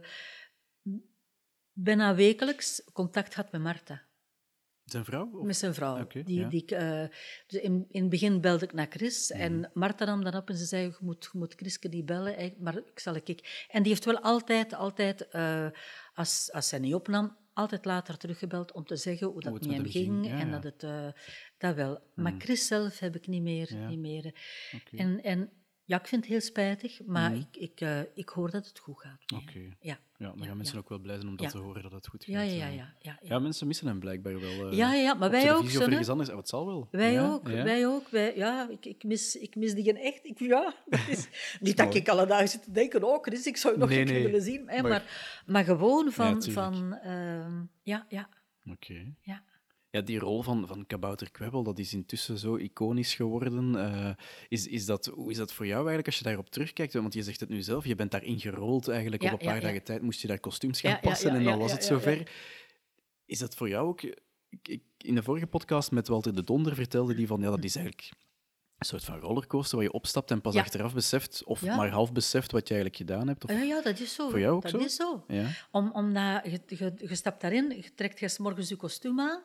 bijna wekelijks contact had met Marta. Zijn vrouw? Of? Met zijn vrouw. Okay, die, ja. die, uh, dus in, in het begin belde ik naar Chris mm. en Marta nam dan op en ze zei, je moet, je moet Chriske niet bellen, maar ik zal ik... En die heeft wel altijd, altijd uh, als, als zij niet opnam, altijd later teruggebeld om te zeggen hoe dat hoe met hem ging. Ja, en ja. dat het... Uh, dat wel. Mm. Maar Chris zelf heb ik niet meer. Ja. Niet meer. Okay. En... en Ja, ik vind het heel spijtig, maar Mhm. ik, ik, uh, ik hoor dat het goed gaat. Oké. Okay. Ja. Ja, dan ja, gaan mensen ja. ook wel blij zijn om dat ja. te horen, dat het goed gaat. Ja, ja, ja. ja, ja, ja. ja mensen missen hem blijkbaar wel. Uh, ja, ja, ja, maar op wij ook. Televisie of ergens anders. Oh, het zal wel. Wij ja? ook, ja? wij ook. Wij, ja, ik, ik, mis, ik mis die echt. Ik, ja, dat is, niet dat ik alle dagen zit te denken, oh Chris, ik zou je nog nee, een keer nee. willen zien. Hè, maar... Maar, maar gewoon van... Ja, van uh, ja, ja. Oké. Okay. Ja. Ja, die rol van, van Kabouter Kwebbel, dat is intussen zo iconisch geworden. Uh, is, is dat, hoe is dat voor jou eigenlijk als je daarop terugkijkt? Want je zegt het nu zelf, je bent daarin gerold eigenlijk. Ja, op een paar ja, dagen ja. tijd moest je daar kostuums gaan ja, passen ja, ja, en dan ja, was ja, het ja, zover. Ja. Is dat voor jou ook... Ik, ik, in de vorige podcast met Walter de Donder vertelde die van, ja, dat is eigenlijk een soort van rollercoaster waar je opstapt en pas ja. achteraf beseft, of ja. maar half beseft wat je eigenlijk gedaan hebt. Of... Uh, ja, dat is zo. Voor jou ook dat zo? is zo. Ja. Om, om na, je, je, je stapt daarin, je trekt je 's morgens je kostuum aan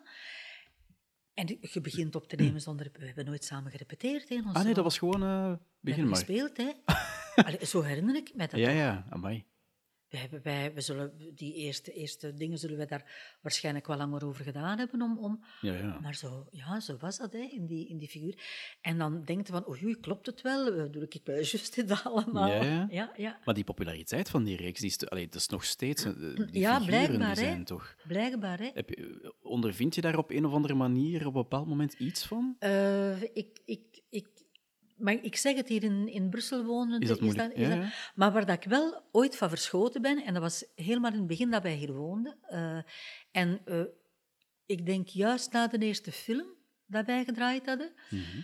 en je begint op te nemen zonder... We hebben nooit samen gerepeteerd. Hè, ah nee, dat was gewoon... Uh, begin we maar. gespeeld, hè. Allee, zo herinner ik me dat Ja, toch. ja, amai. We hebben, wij, we zullen, die eerste, eerste dingen zullen we daar waarschijnlijk wel langer over gedaan hebben. Om, om, ja, ja. Maar zo, ja, zo was dat, hè, in, die, in die figuur. En dan denk je van, oei, klopt het wel? Doe ik wel juist dit allemaal? Ja, ja. Ja, ja. Maar die populariteit van die reeks, die is, te, allee, dat is nog steeds... Die ja, figuren, blijkbaar, die zijn hè. toch... Blijkbaar, hè. Heb je, ondervind je daar op een of andere manier op een bepaald moment iets van? Uh, ik... ik, ik Maar ik zeg het, hier in, in Brussel wonen... Is dat moeilijk? Is dat, is ja, ja. dat, maar waar dat ik wel ooit van verschoten ben, en dat was helemaal in het begin dat wij hier woonden, uh, en uh, ik denk juist na de eerste film dat wij gedraaid hadden, mm-hmm.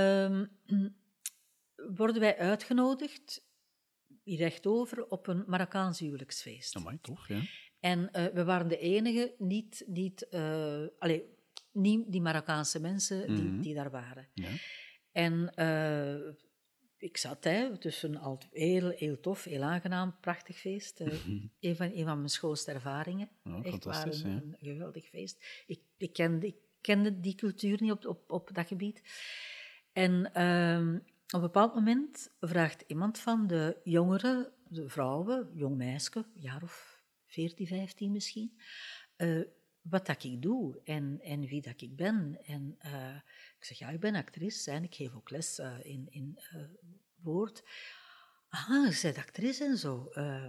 uh, worden wij uitgenodigd, hier rechtover, op een Marokkaans huwelijksfeest. Amai, tof, ja. En uh, we waren de enige, niet... niet uh, allez, niet die Marokkaanse mensen die, mm-hmm. die daar waren. Ja. En uh, ik zat, hè, tussen al heel, heel tof, heel aangenaam, prachtig feest. Uh, mm-hmm. een, van, een van mijn schoonste ervaringen. Oh, echt waar, een, ja. een geweldig feest. Ik, ik, kende, ik kende die cultuur niet op, op, op dat gebied. En uh, op een bepaald moment vraagt iemand van de jongeren, de vrouwen, jong meisje, een jaar of veertien, vijftien misschien... Uh, wat dat ik doe en, en wie dat ik ben. En uh, ik zeg, ja, ik ben actrice en ik geef ook les uh, in, in uh, woord. Ah, je bent actrice en zo. Uh,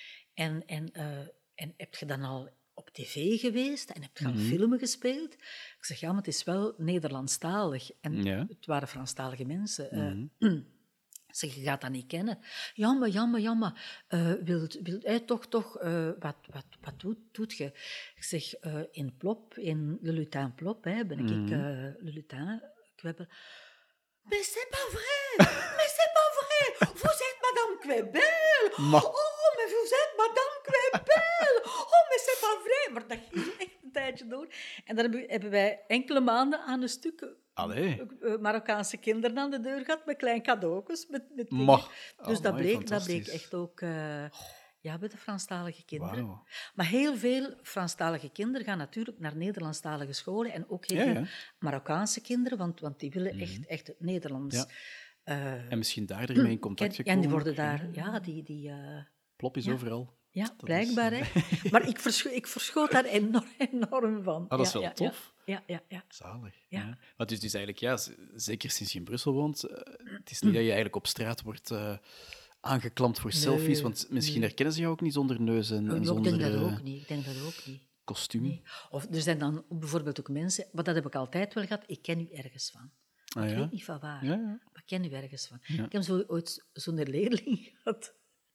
en, en, uh, en heb je dan al op tv geweest en heb je al mm-hmm. filmen gespeeld? Ik zeg, ja, maar het is wel Nederlandstalig. En ja. het waren Franstalige mensen. Mm-hmm. Uh, Ik zeg, je gaat dat niet kennen. Ja, maar, ja, maar, ja, maar. Uh, wilt, wilt, eh, toch, toch, uh, wat, wat, wat doet, doet je? Ik zeg, uh, in Plop, in Le Lutin Plop, hè, ben ik, mm-hmm. uh, Le Lutin Kwebbel. Mais c'est pas vrai! Mais c'est pas vrai! Vous êtes Madame Kwebbel! Ma- oh, mais vous êtes Madame Kwebbel! Oh, mais c'est pas vrai! Maar dat ging echt een tijdje door. En dan hebben wij enkele maanden aan een stuk... Allee. Marokkaanse kinderen aan de deur gehad met klein cadeautjes. Met, met dingen. Ma- dus oh, dat, mooi, bleek, dat bleek echt ook uh, ja, bij de Franstalige kinderen. Wow. Maar heel veel Franstalige kinderen gaan natuurlijk naar Nederlandstalige scholen en ook heel ja, veel ja. Marokkaanse kinderen, want, want die willen mm-hmm. echt, echt het Nederlands. Ja. Uh, en misschien daar ermee in contact gekomen. En die worden daar, ja, die... die uh, Plop is ja. overal. Ja, dat blijkbaar. Is, hè. Maar ik, verscho- ik verschoot daar enorm, enorm van. Ah, dat is ja, wel ja, tof. Ja, ja, ja. Zalig. Ja. Ja. Maar dus, dus eigenlijk, ja, z- zeker sinds je in Brussel woont, uh, het is niet dat je eigenlijk op straat wordt uh, aangeklampt voor nee, selfies, want misschien nee. herkennen ze jou ook niet zonder neus en, Oh, en ik zonder... denk dat uh, ook niet. Ik denk dat ook niet. Kostuum. Nee. Of er zijn dan bijvoorbeeld ook mensen, maar dat heb ik altijd wel gehad, ik ken u ergens van. Ah, ik ja? weet niet van waar, ja, ja. maar ik ken u ergens van. Ja. Ik heb zo, ooit zo'n leerling gehad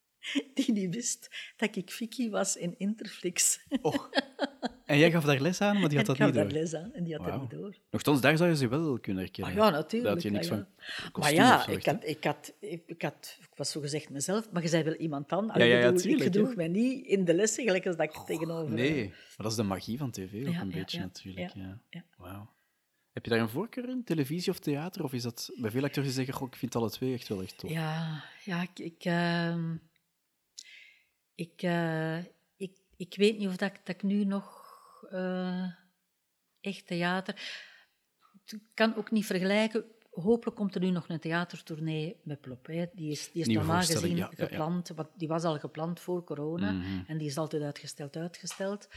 die niet wist dat ik Vicky was in Interflix. Oh. En jij gaf daar les aan, maar die had dat niet door? Ik gaf daar les aan en die had wow. dat niet door. Nochtans, daar zou je ze wel kunnen herkennen. Ah, ja, natuurlijk. Daar had je niks ah, ja. van Maar ja, ik, had, ik, had, ik, ik, had, ik was zogezegd mezelf, maar je zei wel iemand dan. Ja, ja, ja, bedoel, tuurlijk, ik gedroeg ja. mij niet in de lessen, gelijk als dat ik oh, tegenover... Nee, maar dat is de magie van tv ook ja, een ja, beetje ja, natuurlijk. Ja. Ja, ja. Wauw. Heb je daar een voorkeur in, televisie of theater? Of is dat bij veel acteurs die zeggen, goh, ik vind alle twee echt wel echt tof? Ja, ja ik... Ik, uh, ik, uh, ik, ik weet niet of dat, dat ik nu nog uh, echt theater... Ik kan ook niet vergelijken. Hopelijk komt er nu nog een theatertournee met Plop. Hè. Die is, die is normaal gezien ja, gepland, ja, ja. Want die was al gepland voor corona. Mm-hmm. En die is altijd uitgesteld, uitgesteld.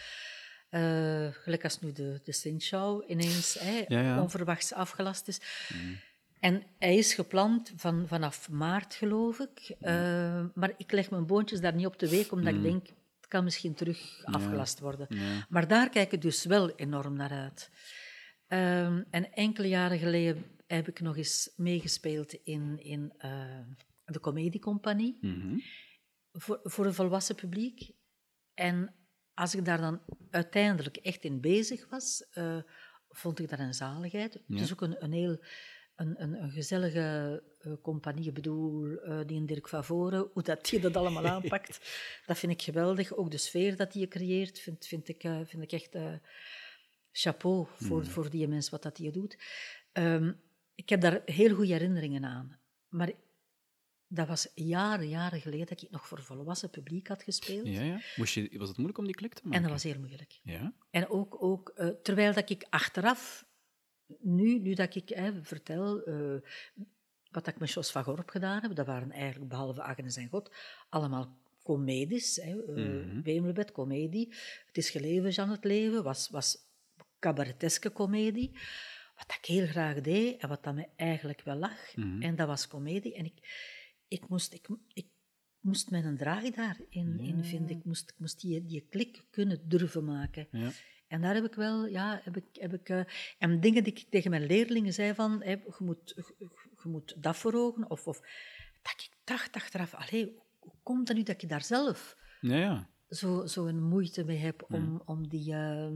Uh, gelijk als nu de, de Sint-Show ineens hè, ja, ja. onverwachts afgelast is. Mm. En hij is gepland van, vanaf maart, geloof ik. Uh, maar ik leg mijn boontjes daar niet op de week, omdat mm. ik denk, het kan misschien terug afgelast worden. Ja. Ja. Maar daar kijk ik dus wel enorm naar uit. Um, en enkele jaren geleden heb ik nog eens meegespeeld in, in uh, de Comediecompagnie, mm-hmm. voor, voor een volwassen publiek. En als ik daar dan uiteindelijk echt in bezig was, uh, vond ik dat een zaligheid. Ja. Het is ook een, een heel... Een, een, een gezellige uh, compagnie, ik bedoel, uh, die Dirk van Voren, hoe dat die dat allemaal aanpakt, dat vind ik geweldig. Ook de sfeer dat die creëert, vind, vind, ik, uh, vind ik echt uh, chapeau voor, mm. voor die mens wat dat die doet. Um, ik heb daar heel goede herinneringen aan. Maar dat was jaren, jaren geleden dat ik nog voor volwassen publiek had gespeeld. Ja, ja. Moest je, was het moeilijk om die klik te maken? En dat was heel moeilijk. Ja? En ook, ook uh, terwijl dat ik achteraf... Nu, nu dat ik hè, vertel uh, wat ik met Jos van Gorp gedaan heb, dat waren eigenlijk, behalve Agnes en God, allemaal comedies. Hè, uh, mm-hmm. Wemelbed, comedie. Het is geleven, Jean het leven, was, was cabareteske comedie. Wat ik heel graag deed en wat dat me eigenlijk wel lag. Mm-hmm. En dat was comedie. En ik, ik, moest, ik, ik moest mijn draag daarin ja. in vinden. Ik moest, ik moest die, die klik kunnen durven maken. Ja. En daar heb ik wel, ja, heb ik, heb ik uh, en dingen die ik tegen mijn leerlingen zei van, hey, je, moet, je, je moet dat voor ogen, of, of dat ik dacht achteraf, allee, hoe komt het nu dat ik daar zelf ja, ja. zo, zo een moeite mee heb om, ja. om die, uh,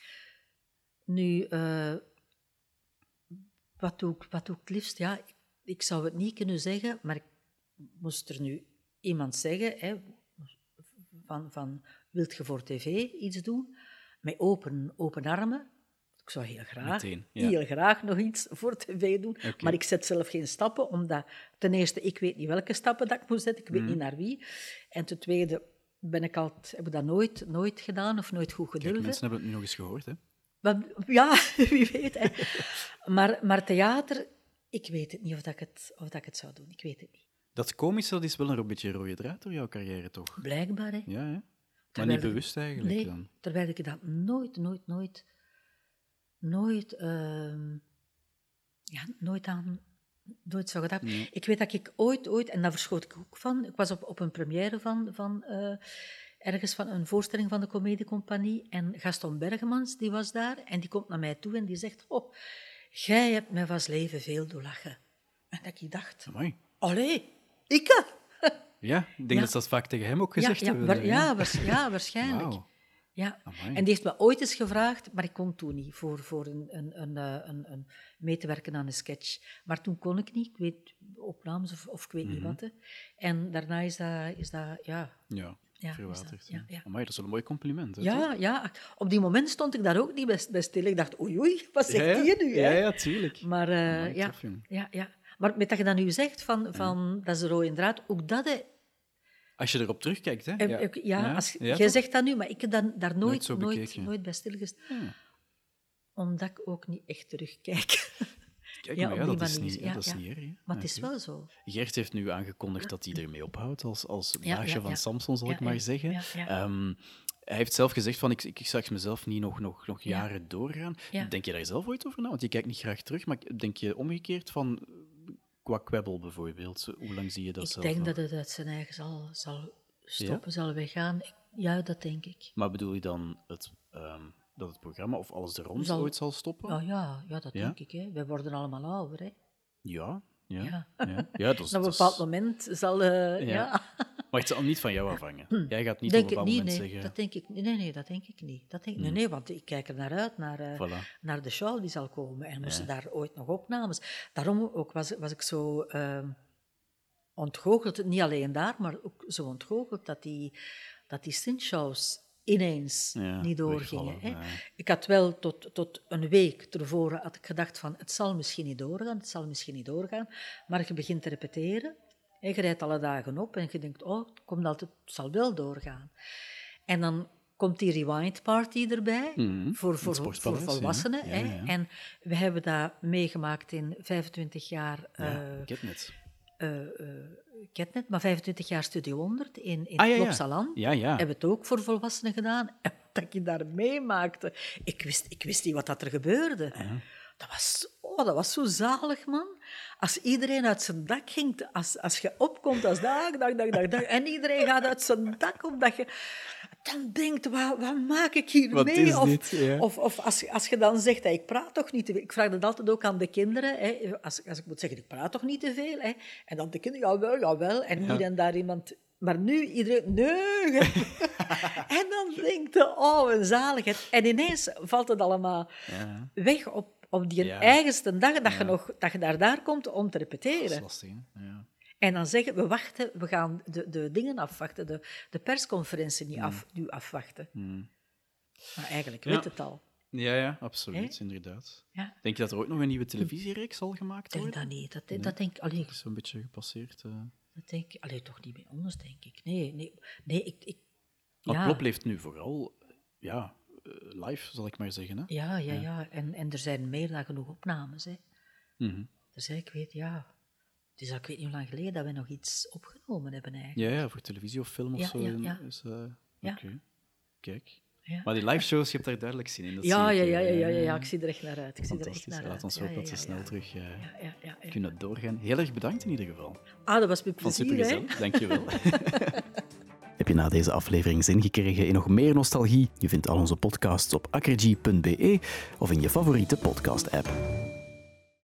nu, uh, wat doe ik, wat doe ik het liefst? Ja, ik, ik zou het niet kunnen zeggen, maar ik moest er nu iemand zeggen, hè, van, van, wilt je voor tv iets doen? Met open, open armen. Ik zou heel graag, Meteen, ja. heel graag nog iets voor tv doen. Okay. Maar ik zet zelf geen stappen, omdat ten eerste, ik weet niet welke stappen dat ik moet zetten. Ik weet mm. niet naar wie. En ten tweede, ben ik altijd, heb ik dat nooit, nooit gedaan of nooit goed gedurfd. Kijk, mensen hebben het nu nog eens gehoord, hè? Maar, ja, wie weet. Hè. maar, maar theater, ik weet het niet of, dat ik het, of dat ik het zou doen. Ik weet het niet. Dat komische, dat is wel een beetje een rode draad door jouw carrière, toch? Blijkbaar, hè. Ja, hè? Maar niet bewust eigenlijk nee, dan? Terwijl ik dat nooit, nooit, nooit, nooit, uh, ja, nooit aan, nooit zo gedacht. Nee. Ik weet dat ik ooit, ooit, en daar verschoot ik ook van, ik was op, op een première van, van uh, ergens van een voorstelling van de Comediecompagnie en Gaston Bergemans, die was daar, en die komt naar mij toe en die zegt, oh, jij hebt mij van leven veel doen lachen. En dat ik dacht, amai. Allee, ik Ja, ik denk ja. dat ze dat vaak tegen hem ook gezegd ja, ja, hebben. Waar, ja, waars, ja, waarschijnlijk. Wow. Ja. En die heeft me ooit eens gevraagd, maar ik kon toen niet, voor, voor een, een, een, een, een mee te werken aan een sketch. Maar toen kon ik niet, ik weet opnames of, of ik weet mm-hmm. niet wat. Hè. En daarna is dat, is dat ja... Ja, ja verwaterd. Ja, ja. Amai, dat is wel een mooi compliment. Hè, ja, toch? ja, op die moment stond ik daar ook niet bij, bij stil. Ik dacht, oei, oei, wat zegt ja, die nu? Ja, hè? ja, tuurlijk. Maar uh, Amai, ja, tof, ja, ja. Maar met dat je dat nu zegt, van, van, ja. dat is de rode draad, ook dat... Hè, als je erop terugkijkt, hè? Ja, ja, ja als, ja jij zegt dat nu, maar ik heb daar, daar nooit, nooit, nooit, nooit bij stilgestaan. Ja. Omdat ik ook niet echt terugkijk. Kijk, ja, maar ja, dat is niet, ja, dat is ja. niet erg. Hè? Maar het is wel zo. Gert heeft nu aangekondigd dat hij ermee ophoudt, als, als baasje ja, ja, van ja. Samson, zal ja, ik maar ja, zeggen. Ja, ja. Um, hij heeft zelf gezegd van, ik, ik zag mezelf niet nog, nog, nog jaren ja. doorgaan. Ja. Denk je daar zelf ooit over na? Want je kijkt niet graag terug, maar denk je omgekeerd van... Qua kwebbel bijvoorbeeld, hoe lang zie je dat ik zelf Ik denk nog? dat het uit zijn eigen zal... zal stoppen, ja? zal weggaan. Ik, ja, dat denk ik. Maar bedoel je dan het, um, dat het programma of alles er rond zal, ooit zal stoppen? Oh, ja, ja, dat ja? denk ik. Hè. Wij worden allemaal ouder. Hè. Ja, ja. ja. ja. ja dat is, op een bepaald moment zal... Uh, ja. ja. Maar het zal niet van jou afhangen. Hm. Jij gaat niet denk op een bepaald niet, moment nee. zeggen... Dat denk ik, nee, nee, dat denk ik niet. Dat denk, hm. Nee, nee, want ik kijk er naar uit, naar, uh, voilà. naar de show die zal komen. En moesten ja. daar ooit nog opnames. Daarom ook was, was ik zo... Uh, ontgoocheld, niet alleen daar, maar ook zo ontgoocheld dat die, dat die Sint-shows ineens ja, niet doorgingen. Hè. Ja. Ik had wel tot, tot een week tevoren had ik gedacht van het zal misschien niet doorgaan, het zal misschien niet doorgaan, maar je begint te repeteren, hè, je rijdt alle dagen op en je denkt, oh, het, komt altijd, het zal wel doorgaan. En dan komt die rewind party erbij, mm-hmm. voor, voor, voor volwassenen. Ja. Ja, ja, ja. En we hebben dat meegemaakt in vijfentwintig jaar... Ja, uh, Ketnet. Uh, uh, Ketnet, maar vijfentwintig jaar Studio honderd in, in ah, ja, Plopsaland. Ja. Ja, ja. Hebben we het ook voor volwassenen gedaan. En dat je daar meemaakte, ik wist, ik wist niet wat dat er gebeurde. Ja. Dat was, oh, dat was zo zalig, man. Als iedereen uit zijn dak ging, als, als je opkomt als dag, dag, dag, dag, dag, en iedereen gaat uit zijn dak op, dat je dan denkt, wat, wat maak ik hier Wat mee? is Of, dit? Ja. of, of als, als je dan zegt, ik praat toch niet te veel. Ik vraag dat altijd ook aan de kinderen. Hè. Als, als ik moet zeggen, ik praat toch niet te veel. Hè. En dan de kinderen, jawel, jawel. En hier Ja. en daar iemand... Maar nu iedereen, nee. En dan denkt je, oh, een zaligheid. En ineens valt het allemaal Ja. weg op, op die Ja. eigenste dag dat, Ja. je nog, dat je daar, daar komt om te Dat is repeteren. lastig, hè? Ja. En dan zeggen we, wachten, we gaan de, de dingen afwachten, de, de persconferentie niet af, nu afwachten. Mm. Maar eigenlijk Ja. weet het al. Ja, ja, absoluut, Hè? inderdaad. Ja. Denk je dat er ook nog een nieuwe televisiereeks zal gemaakt Ik denk worden? dat niet. Dat, dat denk ik, allee, Dat is zo'n beetje gepasseerd. eh. dat denk ik, allee, toch niet bij ons, denk ik. Nee, nee, nee ik... ik Want ja. Plop leeft nu vooral ja, eh, live, zal ik maar zeggen. Hè? Ja, ja, ja. En, en er zijn meer dan genoeg opnames. Hè. Mhm. Dus ik weet, ja... Het is al, ik weet niet hoe lang geleden dat we nog iets opgenomen hebben eigenlijk. Ja, ja, voor televisie of film of Ja, zo. ja, ja. Is, eh, Ja. Oké, kijk. Ja, Maar die live shows, je hebt daar duidelijk zin in. Dat ja, zie ja, ik, ja, eh, ja, ja, ja, ik zie er echt naar uit. Ik zie er echt Fantastisch. naar Laat uit. ons Ja, hopen ja, dat ze ja, snel ja. terug eh, Ja, ja, ja, ja. kunnen doorgaan. Heel erg bedankt in ieder geval. Ah, dat was met Vond het plezier, hè? supergezellig. Dank je wel. Heb je na deze aflevering zin gekregen in nog meer nostalgie? Je vindt al onze podcasts op akkergy punt be of in je favoriete podcast-app.